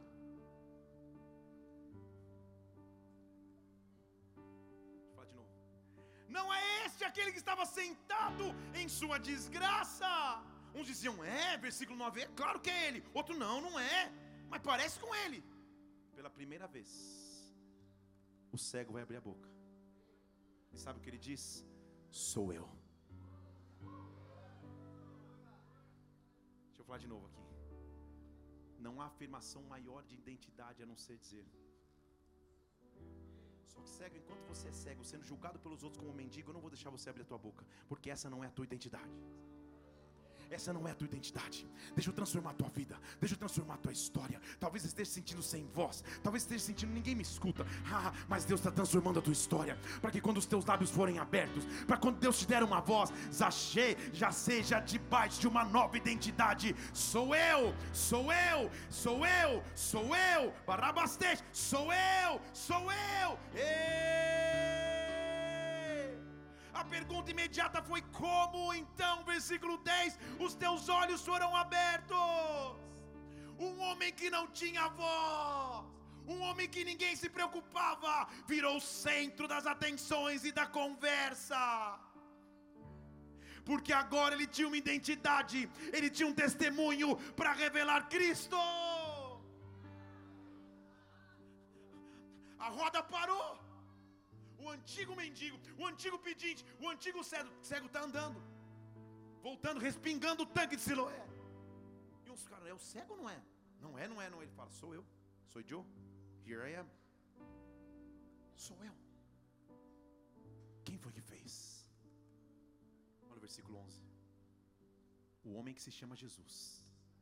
Deixa eu falar de novo. Não é este aquele que estava sentado em sua desgraça? Uns diziam: é, versículo nove, é claro que é ele. Outro: não, não é, mas parece com ele. Pela primeira vez, o cego vai abrir a boca. E sabe o que ele diz? Sou eu. Deixa eu falar de novo aqui. Não há afirmação maior de identidade a não ser dizer: só que cego, enquanto você é cego, sendo julgado pelos outros como mendigo, eu não vou deixar você abrir a tua boca, porque essa não é a tua identidade. Essa não é a tua identidade. Deixa eu transformar a tua vida. Deixa eu transformar a tua história. Talvez você esteja sentindo sem voz. Talvez esteja sentindo ninguém me escuta. Ah, mas Deus está transformando a tua história. Para que quando os teus lábios forem abertos, para quando Deus te der uma voz, já seja debaixo de uma nova identidade. Sou eu, sou eu, sou eu, sou eu. Barabastej, sou eu, sou eu. Ei! A pergunta imediata foi: como então? Versículo dez: os teus olhos foram abertos. Um homem que não tinha voz, um homem que ninguém se preocupava, virou o centro das atenções e da conversa. Porque agora ele tinha uma identidade, ele tinha um testemunho para revelar Cristo. A roda parou. O antigo mendigo, o antigo pedinte, o antigo cego, cego está andando, voltando, respingando o tanque de Siloé. E uns caras: é o cego ou não é? Não é, não é, não é. Ele fala: sou eu, sou eu, here I am. Sou eu. Quem foi que fez? Olha o versículo onze. O homem que se chama Jesus.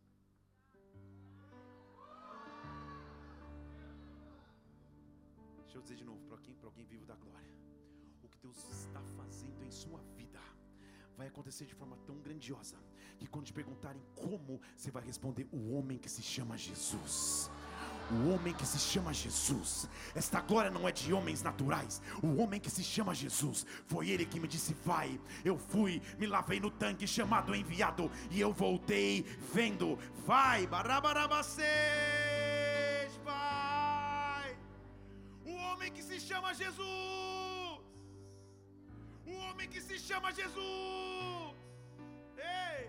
Deixa eu dizer de novo para alguém, para alguém vivo da glória: o que Deus está fazendo em sua vida vai acontecer de forma tão grandiosa que quando te perguntarem como, você vai responder: o homem que se chama Jesus. O homem que se chama Jesus. Esta glória não é de homens naturais. O homem que se chama Jesus, foi ele que me disse: vai. Eu fui, me lavei no tanque chamado enviado, e eu voltei vendo. Vai, barabarabacês, vai. O homem que se chama Jesus. O homem que se chama Jesus. Ei!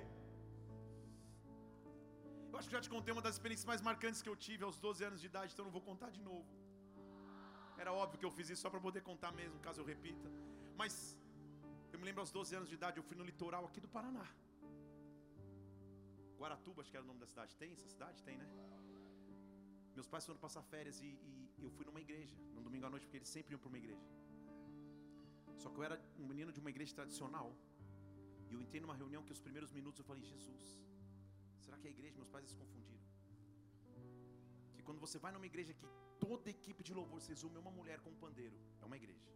Eu acho que já te contei uma das experiências mais marcantes que eu tive aos doze anos de idade, então não vou contar de novo. Era óbvio que eu fiz isso só para poder contar mesmo, caso eu repita. Mas eu me lembro, aos doze anos de idade, eu fui no litoral aqui do Paraná. Guaratuba, acho que era o nome da cidade. Tem essa cidade? Tem, né? Meus pais foram passar férias e, e eu fui numa igreja, num domingo à noite, porque eles sempre iam para uma igreja. Só que eu era um menino de uma igreja tradicional. E eu entrei numa reunião que os primeiros minutos eu falei: Jesus, será que é a igreja? Meus pais se confundiram. Que quando você vai numa igreja que toda equipe de louvor se resume a uma mulher com um pandeiro, é uma igreja.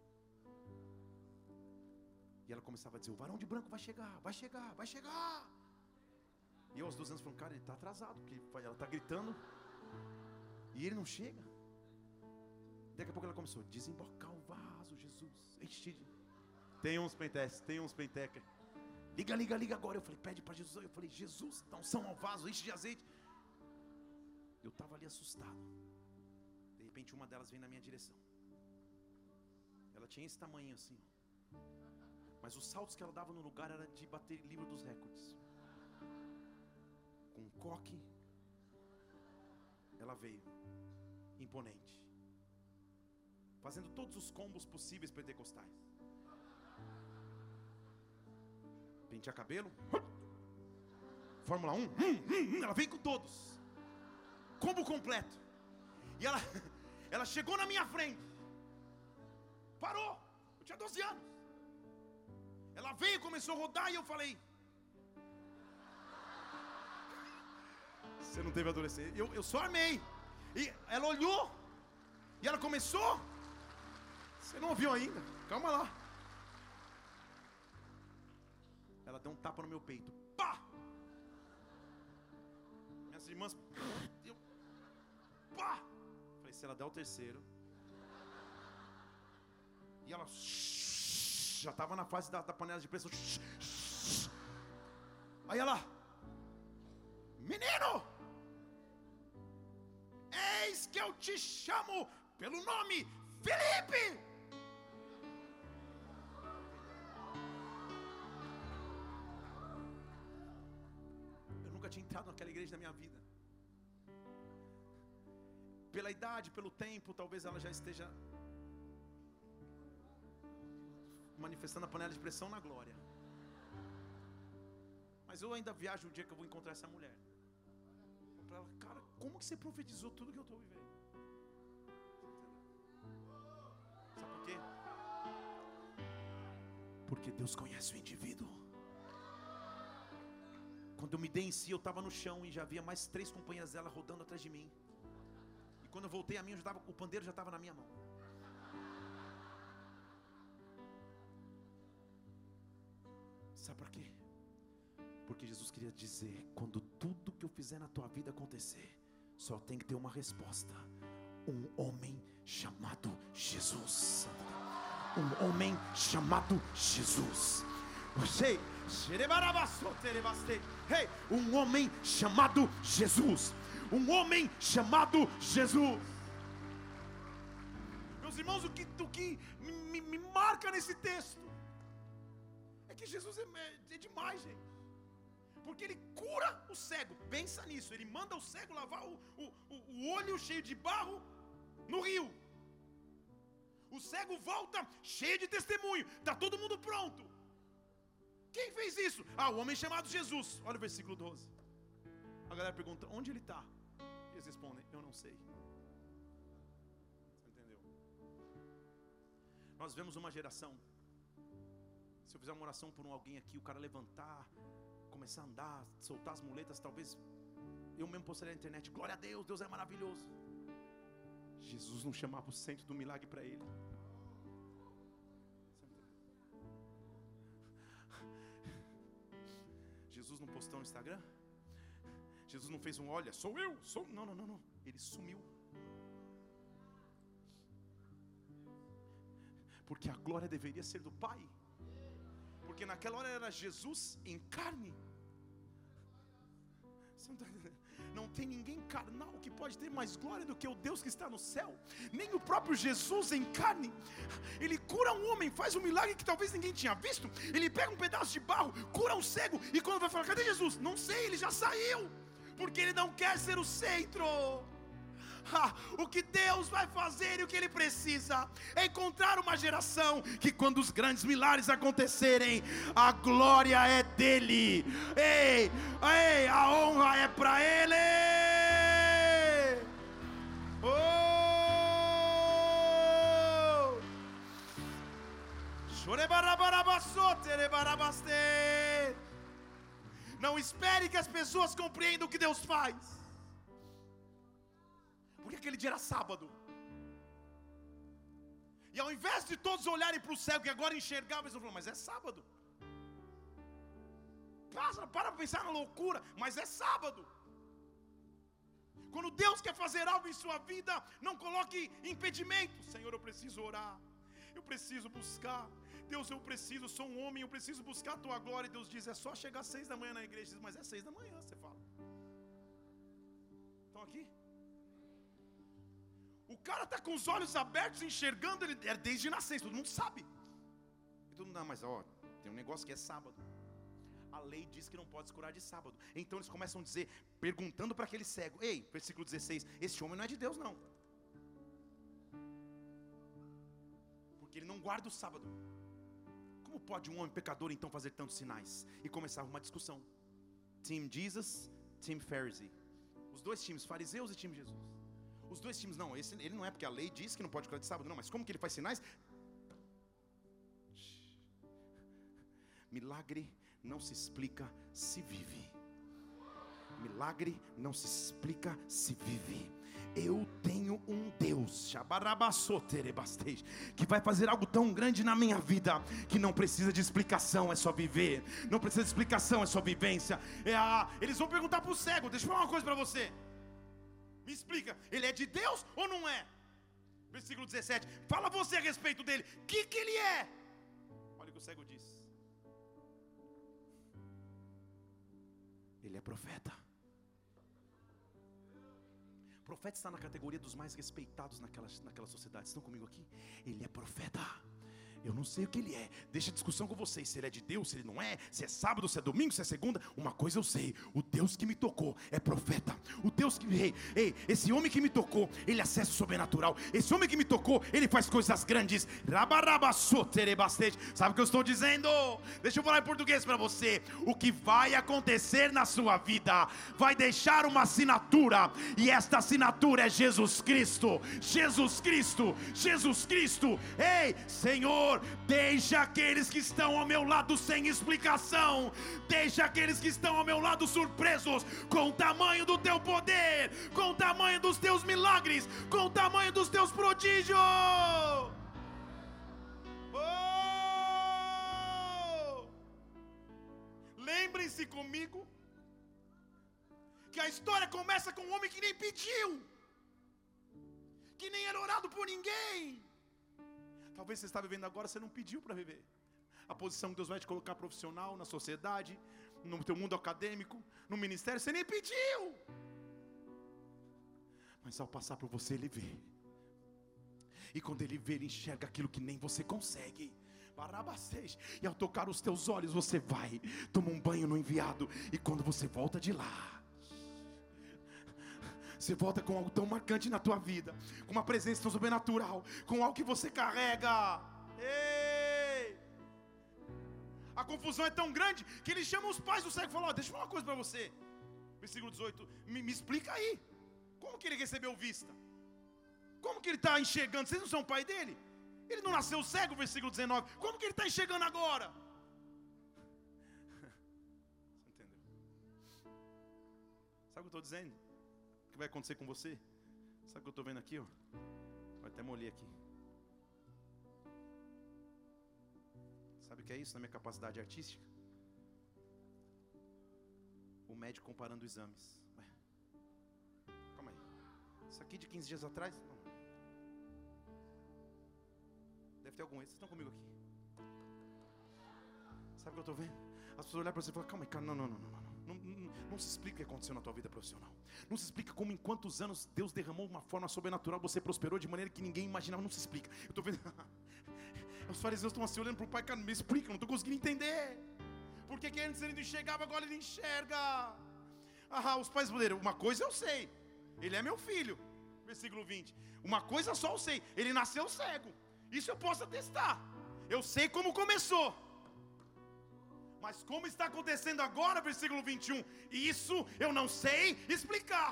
E ela começava a dizer: o varão de branco vai chegar, vai chegar, vai chegar. E eu aos doze anos falando: cara, ele está atrasado, porque ela está gritando e ele não chega. Daqui a pouco ela começou: desembocar o vaso, Jesus, enche de... Tem uns pentecas, tem uns pentecas. Liga, liga, liga agora. Eu falei: pede para Jesus. Eu falei: Jesus, dá unção ao vaso, enche de azeite. Eu estava ali assustado. De repente uma delas vem na minha direção. Ela tinha esse tamanho assim, mas os saltos que ela dava no lugar era de bater livro dos recordes. Com um coque, ela veio, imponente, fazendo todos os combos possíveis pentecostais. Pentear cabelo, Fórmula um, ela veio com todos, combo completo. E ela, ela chegou na minha frente, parou, eu tinha doze anos. Ela veio e começou a rodar e eu falei: Você não teve adolescência. Eu, eu só amei. E ela olhou. E ela começou. Você não ouviu ainda. Calma lá. Ela deu um tapa no meu peito. Pá! Minhas irmãs. Eu, pá! Falei, se ela der o terceiro. E ela já estava na fase da, da panela de pressão. Aí ela, menino, eis que eu te chamo pelo nome Felipe. Eu nunca tinha entrado naquela igreja na minha vida. Pela idade, pelo tempo, talvez ela já esteja manifestando a panela de pressão na glória. Mas eu ainda viajo o dia que eu vou encontrar essa mulher. Para ela, cara, como que você profetizou tudo que eu estou vivendo? Sabe por quê? Porque Deus conhece o indivíduo. Quando eu me dei em si, eu estava no chão e já havia mais três companheiras dela rodando atrás de mim. E quando eu voltei a mim, eu já tava, o pandeiro já estava na minha mão. Sabe por quê? Porque Jesus queria dizer, quando tudo que eu fizer na tua vida acontecer, só tem que ter uma resposta. Um homem chamado Jesus. Um homem chamado Jesus. Hey, um homem chamado Jesus. Um homem chamado Jesus. Meus irmãos, o que, o que me, me marca nesse texto é que Jesus é, é demais, gente. Porque ele cura o cego. Pensa nisso. Ele manda o cego lavar o, o, o olho cheio de barro no rio. O cego volta cheio de testemunho. Está todo mundo pronto. Quem fez isso? Ah, o homem chamado Jesus. Olha o versículo doze. A galera pergunta, onde ele está? Eles respondem, eu não sei. Você entendeu? Nós vemos uma geração. Se eu fizer uma oração por um alguém aqui, o cara levantar, começar a andar, soltar as muletas, talvez eu mesmo postaria na internet, glória a Deus, Deus é maravilhoso. Jesus não chamava o centro do milagre para ele. Jesus não postou no Instagram? Jesus não fez um olha, sou eu, sou... Não, não, não, não. Ele sumiu. Porque a glória deveria ser do Pai. Porque naquela hora era Jesus em carne. Você não está entendendo? Não tem ninguém carnal que pode ter mais glória do que o Deus que está no céu. Nem o próprio Jesus em carne. Ele cura um homem, faz um milagre que talvez ninguém tinha visto. Ele pega um pedaço de barro, cura um cego. E quando vai falar, cadê Jesus? Não sei, ele já saiu. Porque ele não quer ser o centro. Ah, o que Deus vai fazer e o que Ele precisa é encontrar uma geração que quando os grandes milagres acontecerem, a glória é dEle. Ei, ei, a honra é para Ele. Oh! Não espere que as pessoas compreendam o que Deus faz. Porque aquele dia era sábado. E ao invés de todos olharem para o céu que agora enxergavam, eles falaram, mas é sábado. Para para pensar na loucura, mas é sábado. Quando Deus quer fazer algo em sua vida, não coloque impedimentos. Senhor, eu preciso orar, eu preciso buscar. Deus, eu preciso, sou um homem, eu preciso buscar a tua glória. E Deus diz, é só chegar às seis da manhã na igreja. Diz, mas é seis da manhã, você fala. Estão aqui? O cara está com os olhos abertos, enxergando, ele é desde nascença, todo mundo sabe. E todo mundo, não, mas ó, tem um negócio que é sábado. A lei diz que não pode se curar de sábado. Então eles começam a dizer, perguntando para aquele cego, ei, versículo dezesseis, esse homem não é de Deus não. Porque ele não guarda o sábado. Como pode um homem pecador então fazer tantos sinais? E começava uma discussão. Team Jesus, Team Pharisee. Os dois times, fariseus e time Jesus. Os dois times, não, esse, ele não é porque a lei diz que não pode curar de sábado, não, mas como que ele faz sinais? Milagre não se explica, se vive. Milagre não se explica, se vive. Eu tenho um Deus que vai fazer algo tão grande na minha vida, que não precisa de explicação, é só viver. Não precisa de explicação, é só vivência. é a... Eles vão perguntar para o cego. Deixa eu falar uma coisa para você. Me explica, ele é de Deus ou não é? Versículo dezessete, fala você a respeito dele. O que, que ele é? Olha o que o cego diz. Ele é profeta. Profeta está na categoria dos mais respeitados naquela, naquela sociedade. Estão comigo aqui? Ele é profeta. Eu não sei o que ele é. Deixa a discussão com vocês. Se ele é de Deus, se ele não é. Se é sábado, se é domingo, se é segunda. Uma coisa eu sei. O Deus que me tocou é profeta. O Deus que... Ei, ei, esse homem que me tocou, ele acessa o sobrenatural. Esse homem que me tocou, ele faz coisas grandes. Sabe o que eu estou dizendo? Deixa eu falar em português para você. O que vai acontecer na sua vida vai deixar uma assinatura. E esta assinatura é Jesus Cristo. Jesus Cristo. Jesus Cristo. Ei, Senhor, deixa aqueles que estão ao meu lado sem explicação, deixa aqueles que estão ao meu lado surpresos com o tamanho do teu poder, com o tamanho dos teus milagres, com o tamanho dos teus prodígios. Oh! Lembrem-se comigo que a história começa com um homem que nem pediu, que nem era orado por ninguém. Talvez você está vivendo agora, você não pediu para viver. A posição que Deus vai te colocar profissional, na sociedade, no teu mundo acadêmico, no ministério, você nem pediu. Mas ao passar por você, Ele vê. E quando Ele vê, Ele enxerga aquilo que nem você consegue. E ao tocar os teus olhos, você vai, toma um banho no enviado. E quando você volta de lá, você volta com algo tão marcante na tua vida, com uma presença tão sobrenatural, com algo que você carrega. Ei! A confusão é tão grande que ele chama os pais do cego e fala: oh, deixa eu falar uma coisa para você. Versículo dezoito, me, me explica aí. Como que ele recebeu vista? Como que ele está enxergando? Vocês não são pai dele? Ele não nasceu cego, versículo dezenove. Como que ele está enxergando agora? Você entendeu? Sabe o que eu estou dizendo? O que vai acontecer com você? Sabe o que eu estou vendo aqui? Ó? Vai até molhar aqui. Sabe o que é isso na minha capacidade artística? O médico comparando exames. Ué, calma aí. Isso aqui de quinze dias atrás? Não. Deve ter algum. Vocês estão comigo aqui? Sabe o que eu estou vendo? As pessoas olham para você e falam: calma aí, cara, não, não, não, não. Não, não, não se explica o que aconteceu na tua vida profissional. Não se explica como em quantos anos Deus derramou uma forma sobrenatural, você prosperou de maneira que ninguém imaginava. Não se explica. Eu estou vendo. Os fariseus estão assim olhando para o pai: cara, me explica, não estou conseguindo entender. Por que que antes ele não enxergava, agora ele enxerga? Ah, os pais poderam. Uma coisa eu sei, ele é meu filho. Versículo vinte. Uma coisa só eu sei, ele nasceu cego. Isso eu posso atestar. Eu sei como começou. Mas como está acontecendo agora, versículo vinte e um, isso eu não sei explicar.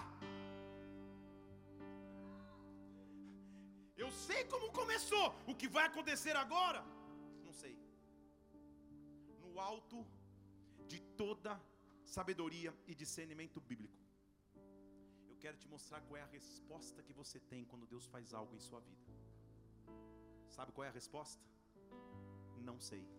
Eu sei como começou, o que vai acontecer agora, não sei. No alto de toda sabedoria e discernimento bíblico, eu quero te mostrar qual é a resposta que você tem quando Deus faz algo em sua vida. Sabe qual é a resposta? Não sei.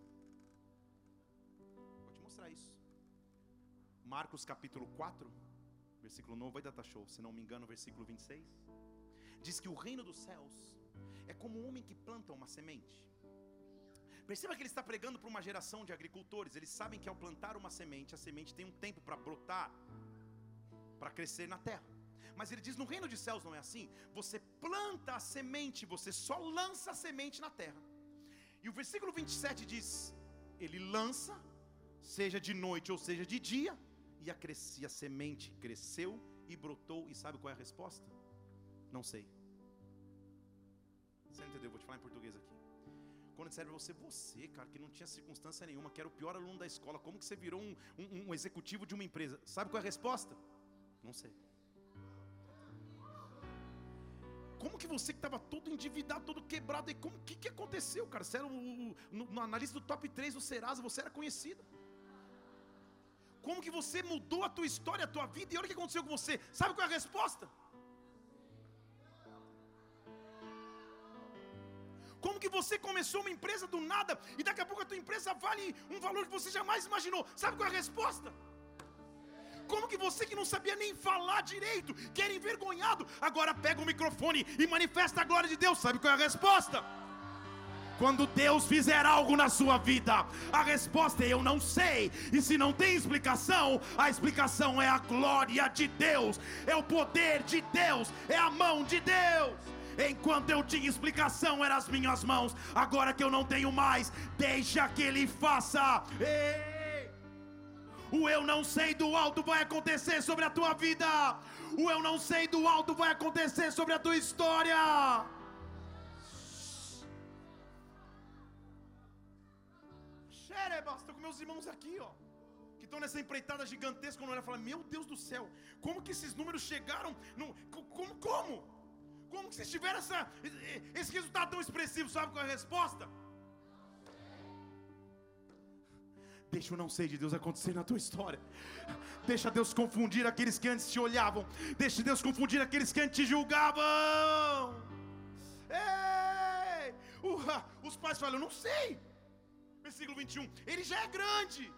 Mostrar isso. Marcos capítulo quatro, versículo nove, vai dar tá show, se não me engano, versículo vinte e seis. Diz que o reino dos céus é como um homem que planta uma semente. Perceba que ele está pregando para uma geração de agricultores. Eles sabem que ao plantar uma semente, a semente tem um tempo para brotar, para crescer na terra. Mas ele diz: no reino dos céus não é assim. Você planta a semente, você só lança a semente na terra. E o versículo vinte e sete diz: ele lança, seja de noite ou seja de dia, e a, crescia, a semente cresceu e brotou. E sabe qual é a resposta? Não sei. Você não entendeu? Vou te falar em português aqui. Quando disseram para você: você, cara, que não tinha circunstância nenhuma, que era o pior aluno da escola, como que você virou um, um, um executivo de uma empresa? Sabe qual é a resposta? Não sei. Como que você que estava todo endividado, todo quebrado, e como que, que aconteceu, cara? Você era o, o, no, na lista do top três do Serasa, você era conhecido. Como que você mudou a tua história, a tua vida, e olha o que aconteceu com você. Sabe qual é a resposta? Como que você começou uma empresa do nada, e daqui a pouco a tua empresa vale um valor que você jamais imaginou. Sabe qual é a resposta? Como que você que não sabia nem falar direito, que era envergonhado, agora pega o microfone e manifesta a glória de Deus. Sabe qual é a resposta? Quando Deus fizer algo na sua vida, a resposta é eu não sei. E se não tem explicação, a explicação é a glória de Deus, é o poder de Deus, é a mão de Deus. Enquanto eu tinha explicação, eram as minhas mãos. Agora que eu não tenho mais, deixa que Ele faça. Ei! O eu não sei do alto vai acontecer sobre a tua vida. O eu não sei do alto vai acontecer sobre a tua história. Estou com meus irmãos aqui, ó, que estão nessa empreitada gigantesca. Quando olha e fala, meu Deus do céu, como que esses números chegaram no, como, como como que vocês tiveram essa, esse resultado tão expressivo? Sabe qual é a resposta? Deixa o não sei de Deus acontecer na tua história. Deixa Deus confundir aqueles que antes te olhavam. Deixa Deus confundir aqueles que antes te julgavam. Ei! Uh, os pais falam, eu não sei. Versículo vinte e um, ele já é grande.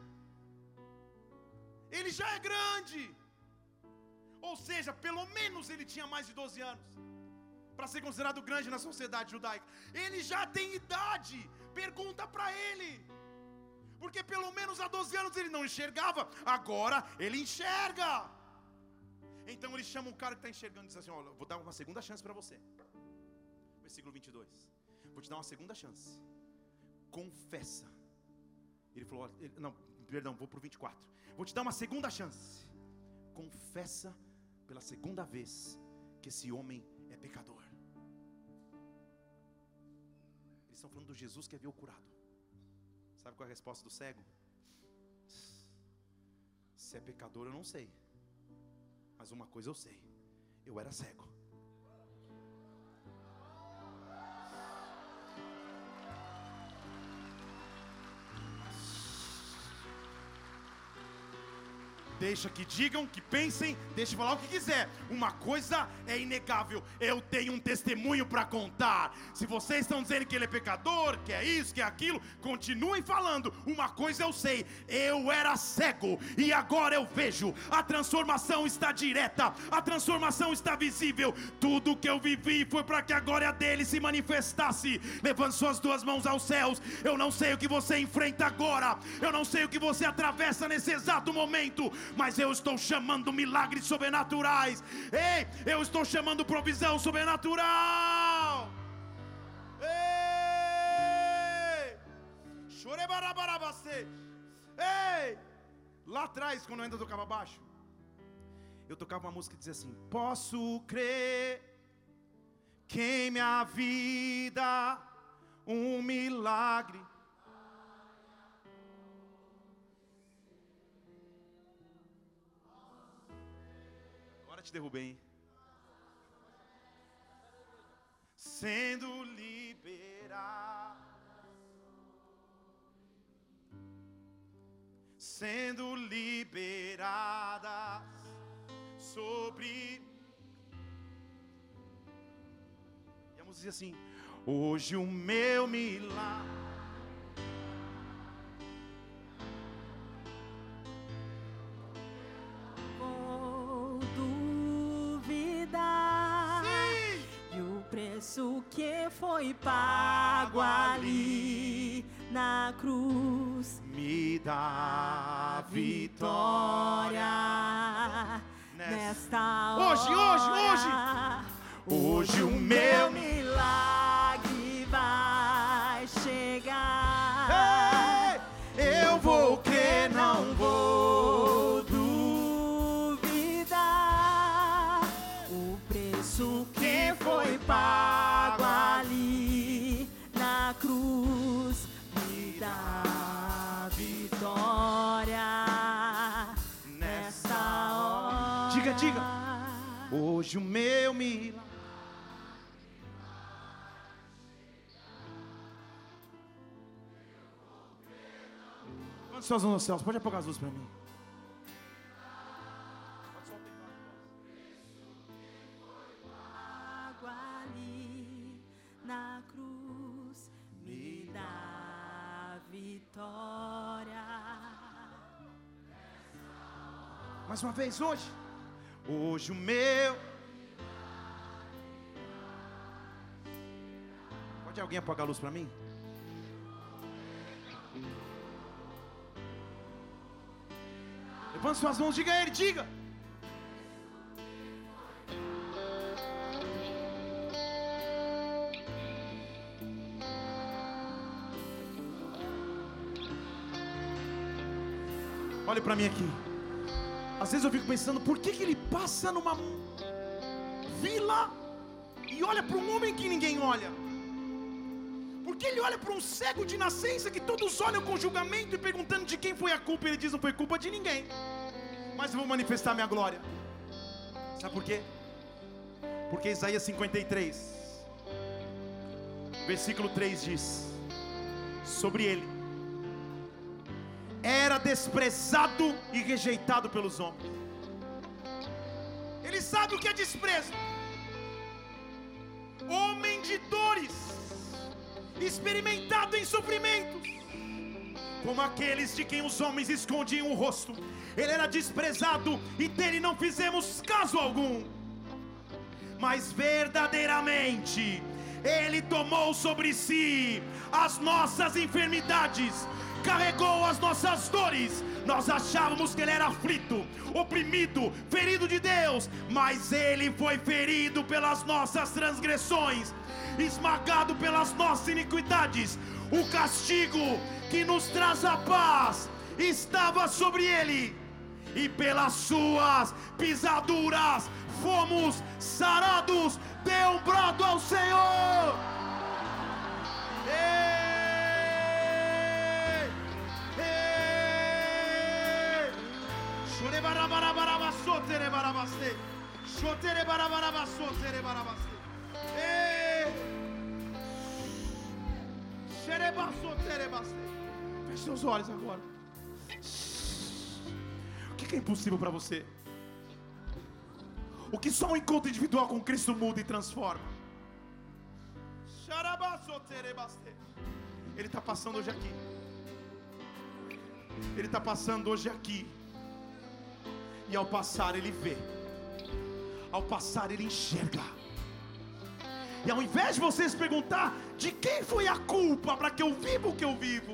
Ele já é grande. Ou seja, pelo menos ele tinha mais de doze anos para ser considerado grande na sociedade judaica. Ele já tem idade. Pergunta para ele. Porque pelo menos há doze anos ele não enxergava. Agora ele enxerga. Então ele chama um cara que está enxergando e diz assim, olha, vou dar uma segunda chance para você. Versículo vinte e dois, vou te dar uma segunda chance. Confessa. Ele falou, ele, não, perdão, vou para o vinte e quatro. Vou te dar uma segunda chance. Confessa pela segunda vez que esse homem é pecador. Eles estão falando do Jesus que havia o curado. Sabe qual é a resposta do cego? Se é pecador eu não sei, mas uma coisa eu sei, eu era cego. Deixa que digam, que pensem, deixa falar o que quiser. Uma coisa é inegável, eu tenho um testemunho para contar. Se vocês estão dizendo que ele é pecador, que é isso, que é aquilo, continuem falando. Uma coisa eu sei, eu era cego e agora eu vejo. A transformação está direta, a transformação está visível. Tudo que eu vivi foi para que a glória dele se manifestasse. Levante suas duas mãos aos céus. Eu não sei o que você enfrenta agora, eu não sei o que você atravessa nesse exato momento, mas eu estou chamando milagres sobrenaturais. Ei, eu estou chamando provisão sobrenatural. Ei, ei, lá atrás, quando eu ainda tocava baixo, eu tocava uma música que dizia assim: posso crer que em minha vida um milagre. Te derrubei, hein? Sendo liberado, sendo liberada sobre. E vamos dizer assim: hoje o meu milagre. O que foi pago ali na cruz me dá vitória nesta hora. Hoje, hoje, hoje, hoje o meu milagre vai chegar. Ei, eu vou crer, não vou duvidar. O preço que foi pago cruz me dá vitória nessa hora. Diga, diga. Hoje o meu milagre. Quantas suas mãos nos céus? Pode apagar as luzes para mim. Mais uma vez, hoje. Hoje o meu. Pode alguém apagar a luz para mim? Levante suas mãos, diga a ele, diga. Olhe para mim aqui. Às vezes eu fico pensando, por que que ele passa numa vila e olha para um homem que ninguém olha? Por que ele olha para um cego de nascença que todos olham com julgamento e perguntando de quem foi a culpa? Ele diz, não foi culpa de ninguém, mas eu vou manifestar minha glória. Sabe por quê? Porque Isaías cinquenta e três, versículo três diz, sobre ele era desprezado e rejeitado pelos homens. Ele sabe o que é desprezo. Homem de dores, experimentado em sofrimentos, como aqueles de quem os homens escondiam o rosto. Ele era desprezado e dele não fizemos caso algum. Mas verdadeiramente ele tomou sobre si as nossas enfermidades, carregou as nossas dores. Nós achávamos que ele era aflito, oprimido, ferido de Deus, mas ele foi ferido pelas nossas transgressões, esmagado pelas nossas iniquidades. O castigo que nos traz a paz estava sobre ele, e pelas suas pisaduras fomos sarados. Dê um brado ao Senhor. Ei! Feche seus olhos agora. O que é impossível para você? O que só um encontro individual com Cristo muda e transforma. Ele está passando hoje aqui. Ele está passando hoje aqui. E ao passar ele vê. Ao passar ele enxerga. E ao invés de vocês perguntar de quem foi a culpa para que eu viva o que eu vivo,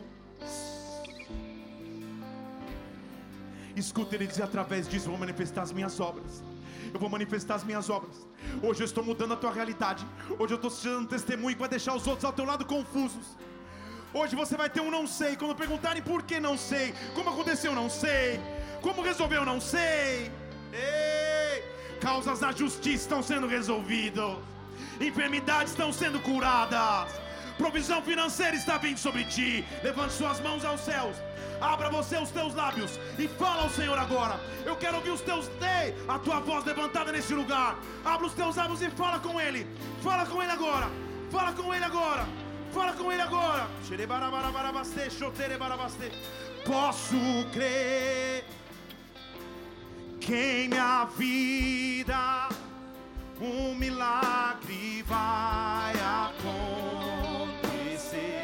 escuta ele dizer, através disso eu vou manifestar as minhas obras. Eu vou manifestar as minhas obras. Hoje eu estou mudando a tua realidade. Hoje eu estou te dando um testemunho que vai deixar os outros ao teu lado confusos. Hoje você vai ter um não sei. Quando perguntarem por que não sei, como aconteceu não sei, como resolveu não sei. Ei, causas da justiça estão sendo resolvidas, enfermidades estão sendo curadas, provisão financeira está vindo sobre ti. Levante suas mãos aos céus. Abra você os teus lábios e fala ao Senhor agora. Eu quero ouvir os teus ei, a tua voz levantada nesse lugar. Abra os teus lábios e fala com Ele. Fala com Ele agora. Fala com Ele agora. Fala com Ele agora. Posso crer que em minha vida um milagre vai acontecer.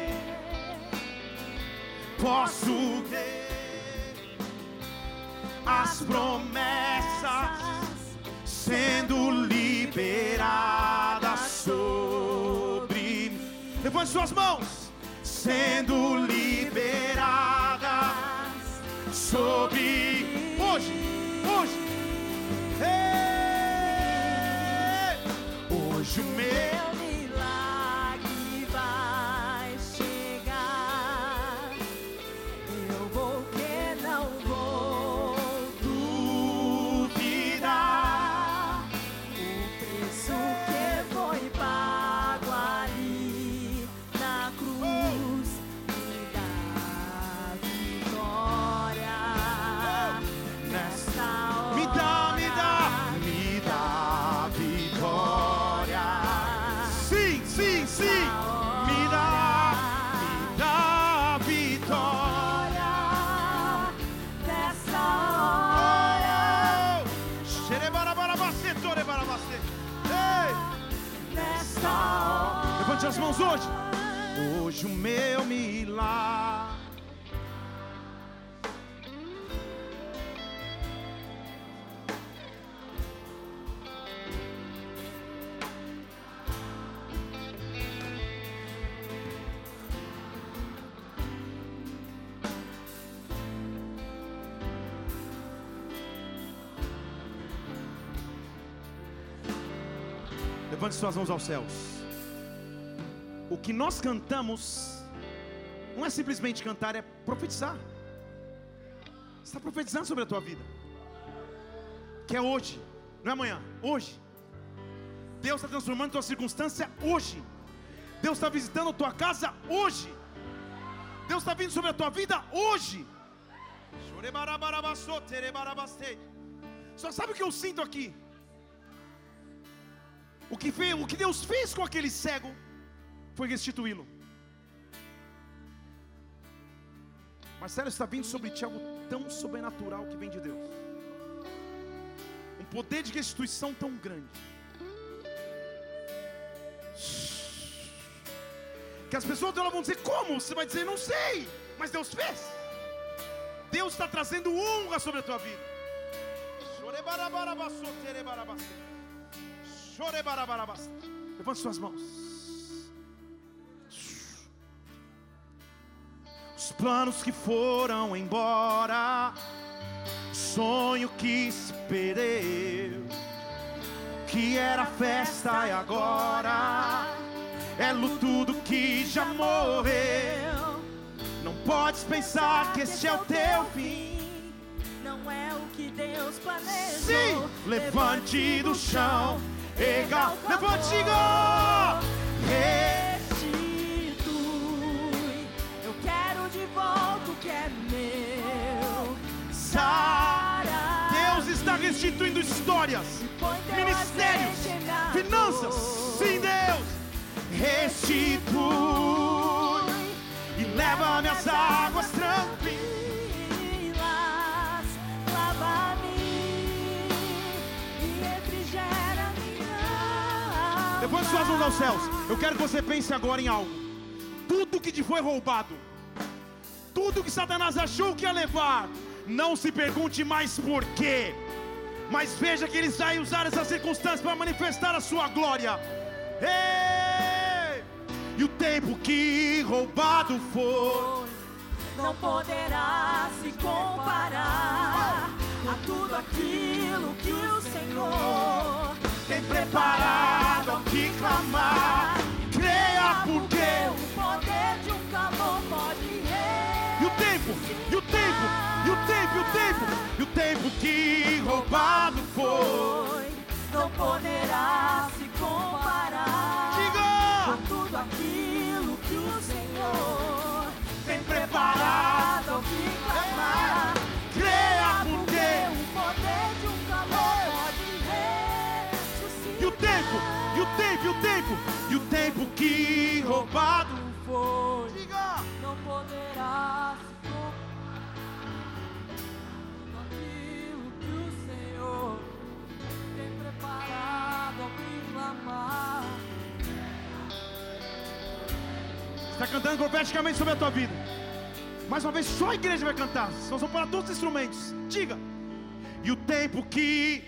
Posso crer as promessas sendo liberadas sobre mim. Levante suas mãos. Sendo liberadas sobre hoje, hoje. Ei! Hoje o meu milagre vai chegar. Eu vou que não vou duvidar. o preço que foi pago ali na cruz me dá vitória nesta hora. Me dá, me dá, me dá vitória. Sim, sim, sim. Me dá, me dá vitória. Nessa hora, Oh! Xerebarabarabaste, torebarabaste. Ei! nessa hora. Levante as mãos hoje. Hoje o meu milagre. Levante suas mãos aos céus. O que nós cantamos não é simplesmente cantar, é profetizar. Você está profetizando sobre a tua vida, que é hoje, não é amanhã, hoje. Deus está transformando a tua circunstância hoje. Deus está visitando a tua casa hoje. Deus está vindo sobre a tua vida hoje. Só sabe o que eu sinto aqui? O que, fez, o que Deus fez com aquele cego foi restituí-lo. Marcelo, está vindo sobre ti algo tão sobrenatural que vem de Deus. Um poder de restituição tão grande, que as pessoas vão dizer, como? Você vai dizer, não sei, mas Deus fez. Deus está trazendo honra sobre a tua vida. Levante suas mãos. Os planos que foram embora, sonho que se perdeu, que era festa e agora é luto do que já morreu. Não podes pensar que este é o teu fim, não é o que Deus planejou. Sim, levante do chão, ega, levante, igual. Restitui, eu quero de volta o que é meu. Sara, Deus está restituindo histórias, ministérios, finanças. Sim, Deus, restitui e leva-me às águas tranquilas. Levante suas mãos aos céus. Eu quero que você pense agora em algo. Tudo que te foi roubado, tudo que Satanás achou que ia levar, não se pergunte mais por quê, mas veja que Ele vai usar essas circunstâncias para manifestar a sua glória. Ei! E o tempo que roubado foi não poderá se comparar a tudo aquilo que o Senhor tem preparado ao que clamar. Creia, porque o poder de um clamor pode ressuscitar. E o tempo, e o tempo, e o tempo, e o tempo, e o tempo que roubado foi não poderá se comparar. Diga! A tudo aquilo que o Senhor tem preparado ao que clamar. Creia, porque o poder de um clamor pode ressuscitar. E o tempo, e o tempo, e o tempo, e o tempo que roubado foi, diga, não poderá se comparar com aquilo que o Senhor tem preparado ao que clamar. Está cantando profeticamente sobre a tua vida. Mais uma vez, só a igreja vai cantar. Nós vamos parar todos os instrumentos. Diga. E o tempo que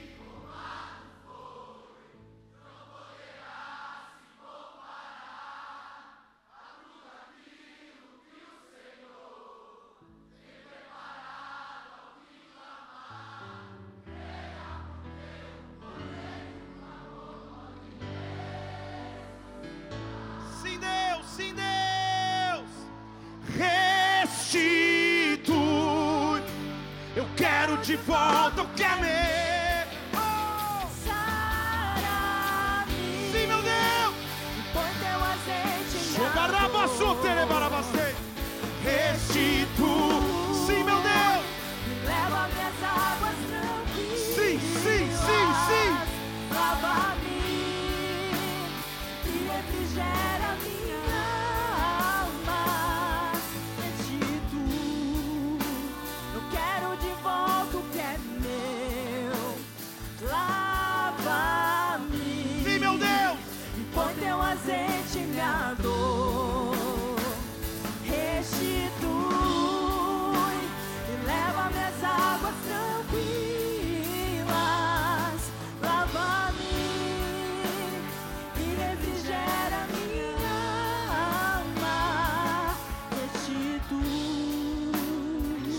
de volta o que é meu. Oh! Sara-me. Sim, meu Deus. E põe teu azeite em restitui. Sim, meu Deus. E leva-me às águas tranquilas. Sim, sim, sim, sim. Lava-me e refrigera minha alma. Restitui. Eu quero de volta o que é meu. Lava-me. Sim, meu Deus. E põe teu azeite em minha dor. Restitui e leva-me às águas tranquilas. Lava-me e refrigera minha alma. Restitui.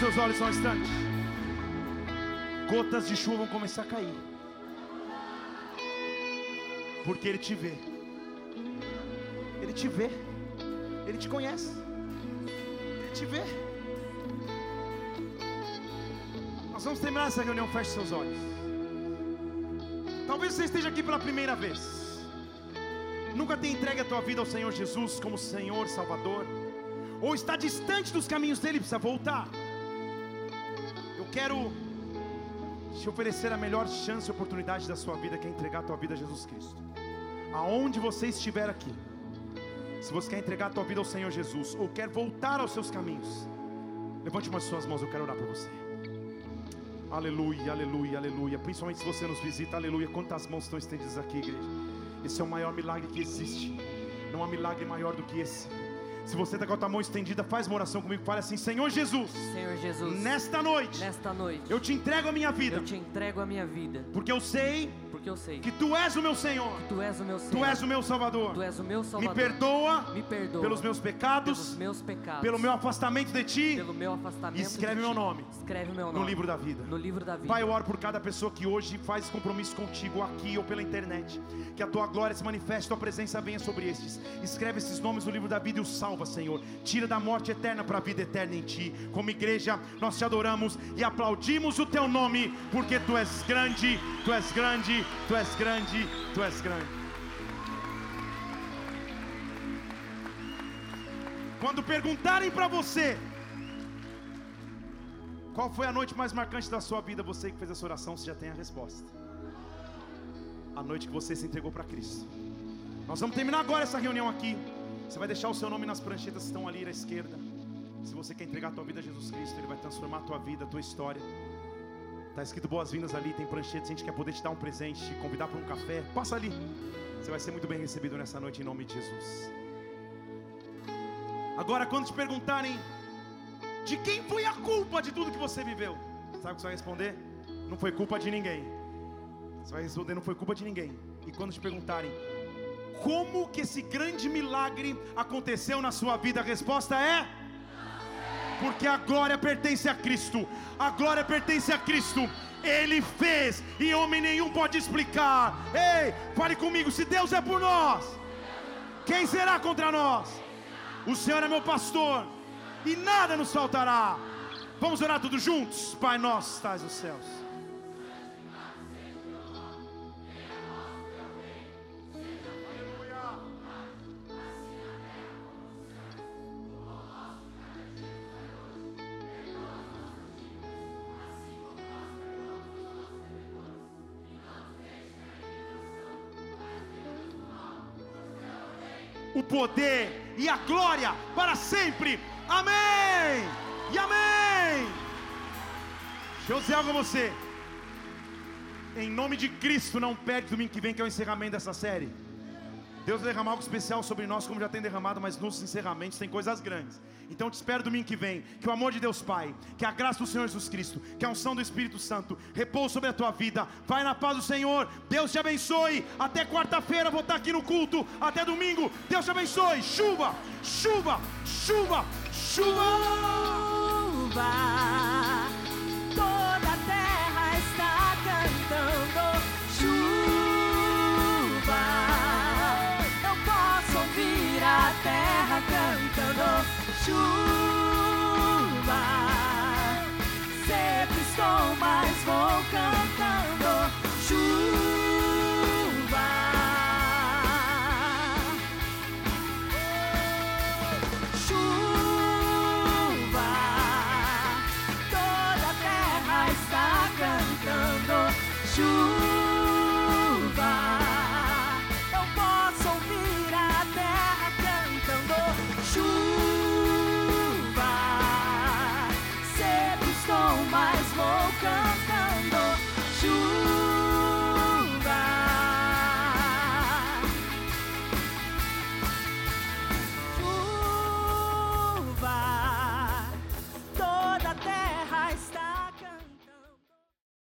seus olhos só um instante. Gotas de chuva vão começar a cair, porque Ele te vê. Ele te vê. Ele te conhece. Ele te vê. Nós vamos terminar essa reunião. Feche seus olhos. Talvez você esteja aqui pela primeira vez, nunca tenha entregue a tua vida ao Senhor Jesus como Senhor, Salvador, ou está distante dos caminhos dele, precisa voltar. Eu quero te oferecer a melhor chance e oportunidade da sua vida, que é entregar a tua vida a Jesus Cristo. Aonde você estiver aqui, se você quer entregar a tua vida ao Senhor Jesus, ou quer voltar aos seus caminhos, levante umas suas mãos, eu quero orar por você. Aleluia, aleluia, aleluia. Principalmente se você nos visita, aleluia. Quantas mãos estão estendidas aqui, igreja? Esse é o maior milagre que existe. Não há milagre maior do que esse. Se você está com a tua mão estendida, faz uma oração comigo. Fale assim: Senhor Jesus, Senhor Jesus, nesta noite, nesta noite, eu te entrego a minha vida. Eu te entrego a minha vida. Porque eu sei, porque eu sei que Tu és o meu Senhor. Que Tu és o meu Senhor. Tu és o meu Salvador. Tu és o meu Salvador. Me perdoa, Me perdoa pelos meus pecados, pelos meus pecados, pelo meu afastamento de Ti. pelo meu afastamento. Escreve de meu ti. nome. Escreve meu nome No livro da vida. No livro da vida. Pai, eu oro por cada pessoa que hoje faz compromisso contigo, aqui ou pela internet. Que a Tua glória se manifeste, Tua presença venha sobre estes. Escreve esses nomes no livro da vida e os salva, Senhor. Tira da morte eterna para a vida eterna em Ti. Como igreja, nós Te adoramos e aplaudimos o Teu nome, porque Tu és grande, Tu és grande, Tu és grande, Tu és grande. Quando perguntarem para você qual foi a noite mais marcante da sua vida, você que fez essa oração, você já tem a resposta. A noite que você se entregou para Cristo. Nós vamos terminar agora essa reunião aqui. Você vai deixar o seu nome nas pranchetas que estão ali à esquerda. Se você quer entregar a tua vida a Jesus Cristo, Ele vai transformar a tua vida, a tua história. Está escrito boas-vindas ali, tem pranchetas. A gente quer poder te dar um presente, te convidar para um café. Passa ali. Você vai ser muito bem recebido nessa noite em nome de Jesus. Agora, quando te perguntarem de quem foi a culpa de tudo que você viveu, sabe o que você vai responder? Não foi culpa de ninguém. Você vai responder: não foi culpa de ninguém. E quando te perguntarem como que esse grande milagre aconteceu na sua vida, a resposta é: porque a glória pertence a Cristo. A glória pertence a Cristo. Ele fez e homem nenhum pode explicar. Ei, fale comigo: se Deus é por nós, quem será contra nós? O Senhor é meu pastor e nada nos faltará. Vamos orar todos juntos? Pai nosso que estás nos céus, o poder e a glória para sempre. Amém e amém. Deixa eu dizer algo a você. Em nome de Cristo, não perde domingo que vem, que é o encerramento dessa série. Deus vai derramar algo especial sobre nós, como já tem derramado, mas nos encerramentos tem coisas grandes. Então te espero domingo que vem. Que o amor de Deus Pai, que a graça do Senhor Jesus Cristo, que a unção do Espírito Santo repouse sobre a tua vida. Vai na paz do Senhor. Deus te abençoe. Até quarta-feira vou estar aqui no culto. Até domingo. Deus te abençoe. Chuva, chuva, chuva, chuva. Chuva, toda a terra está cantando. Chuva, eu posso ouvir a terra cantando. Chuva, sempre estou, mas vou cantar.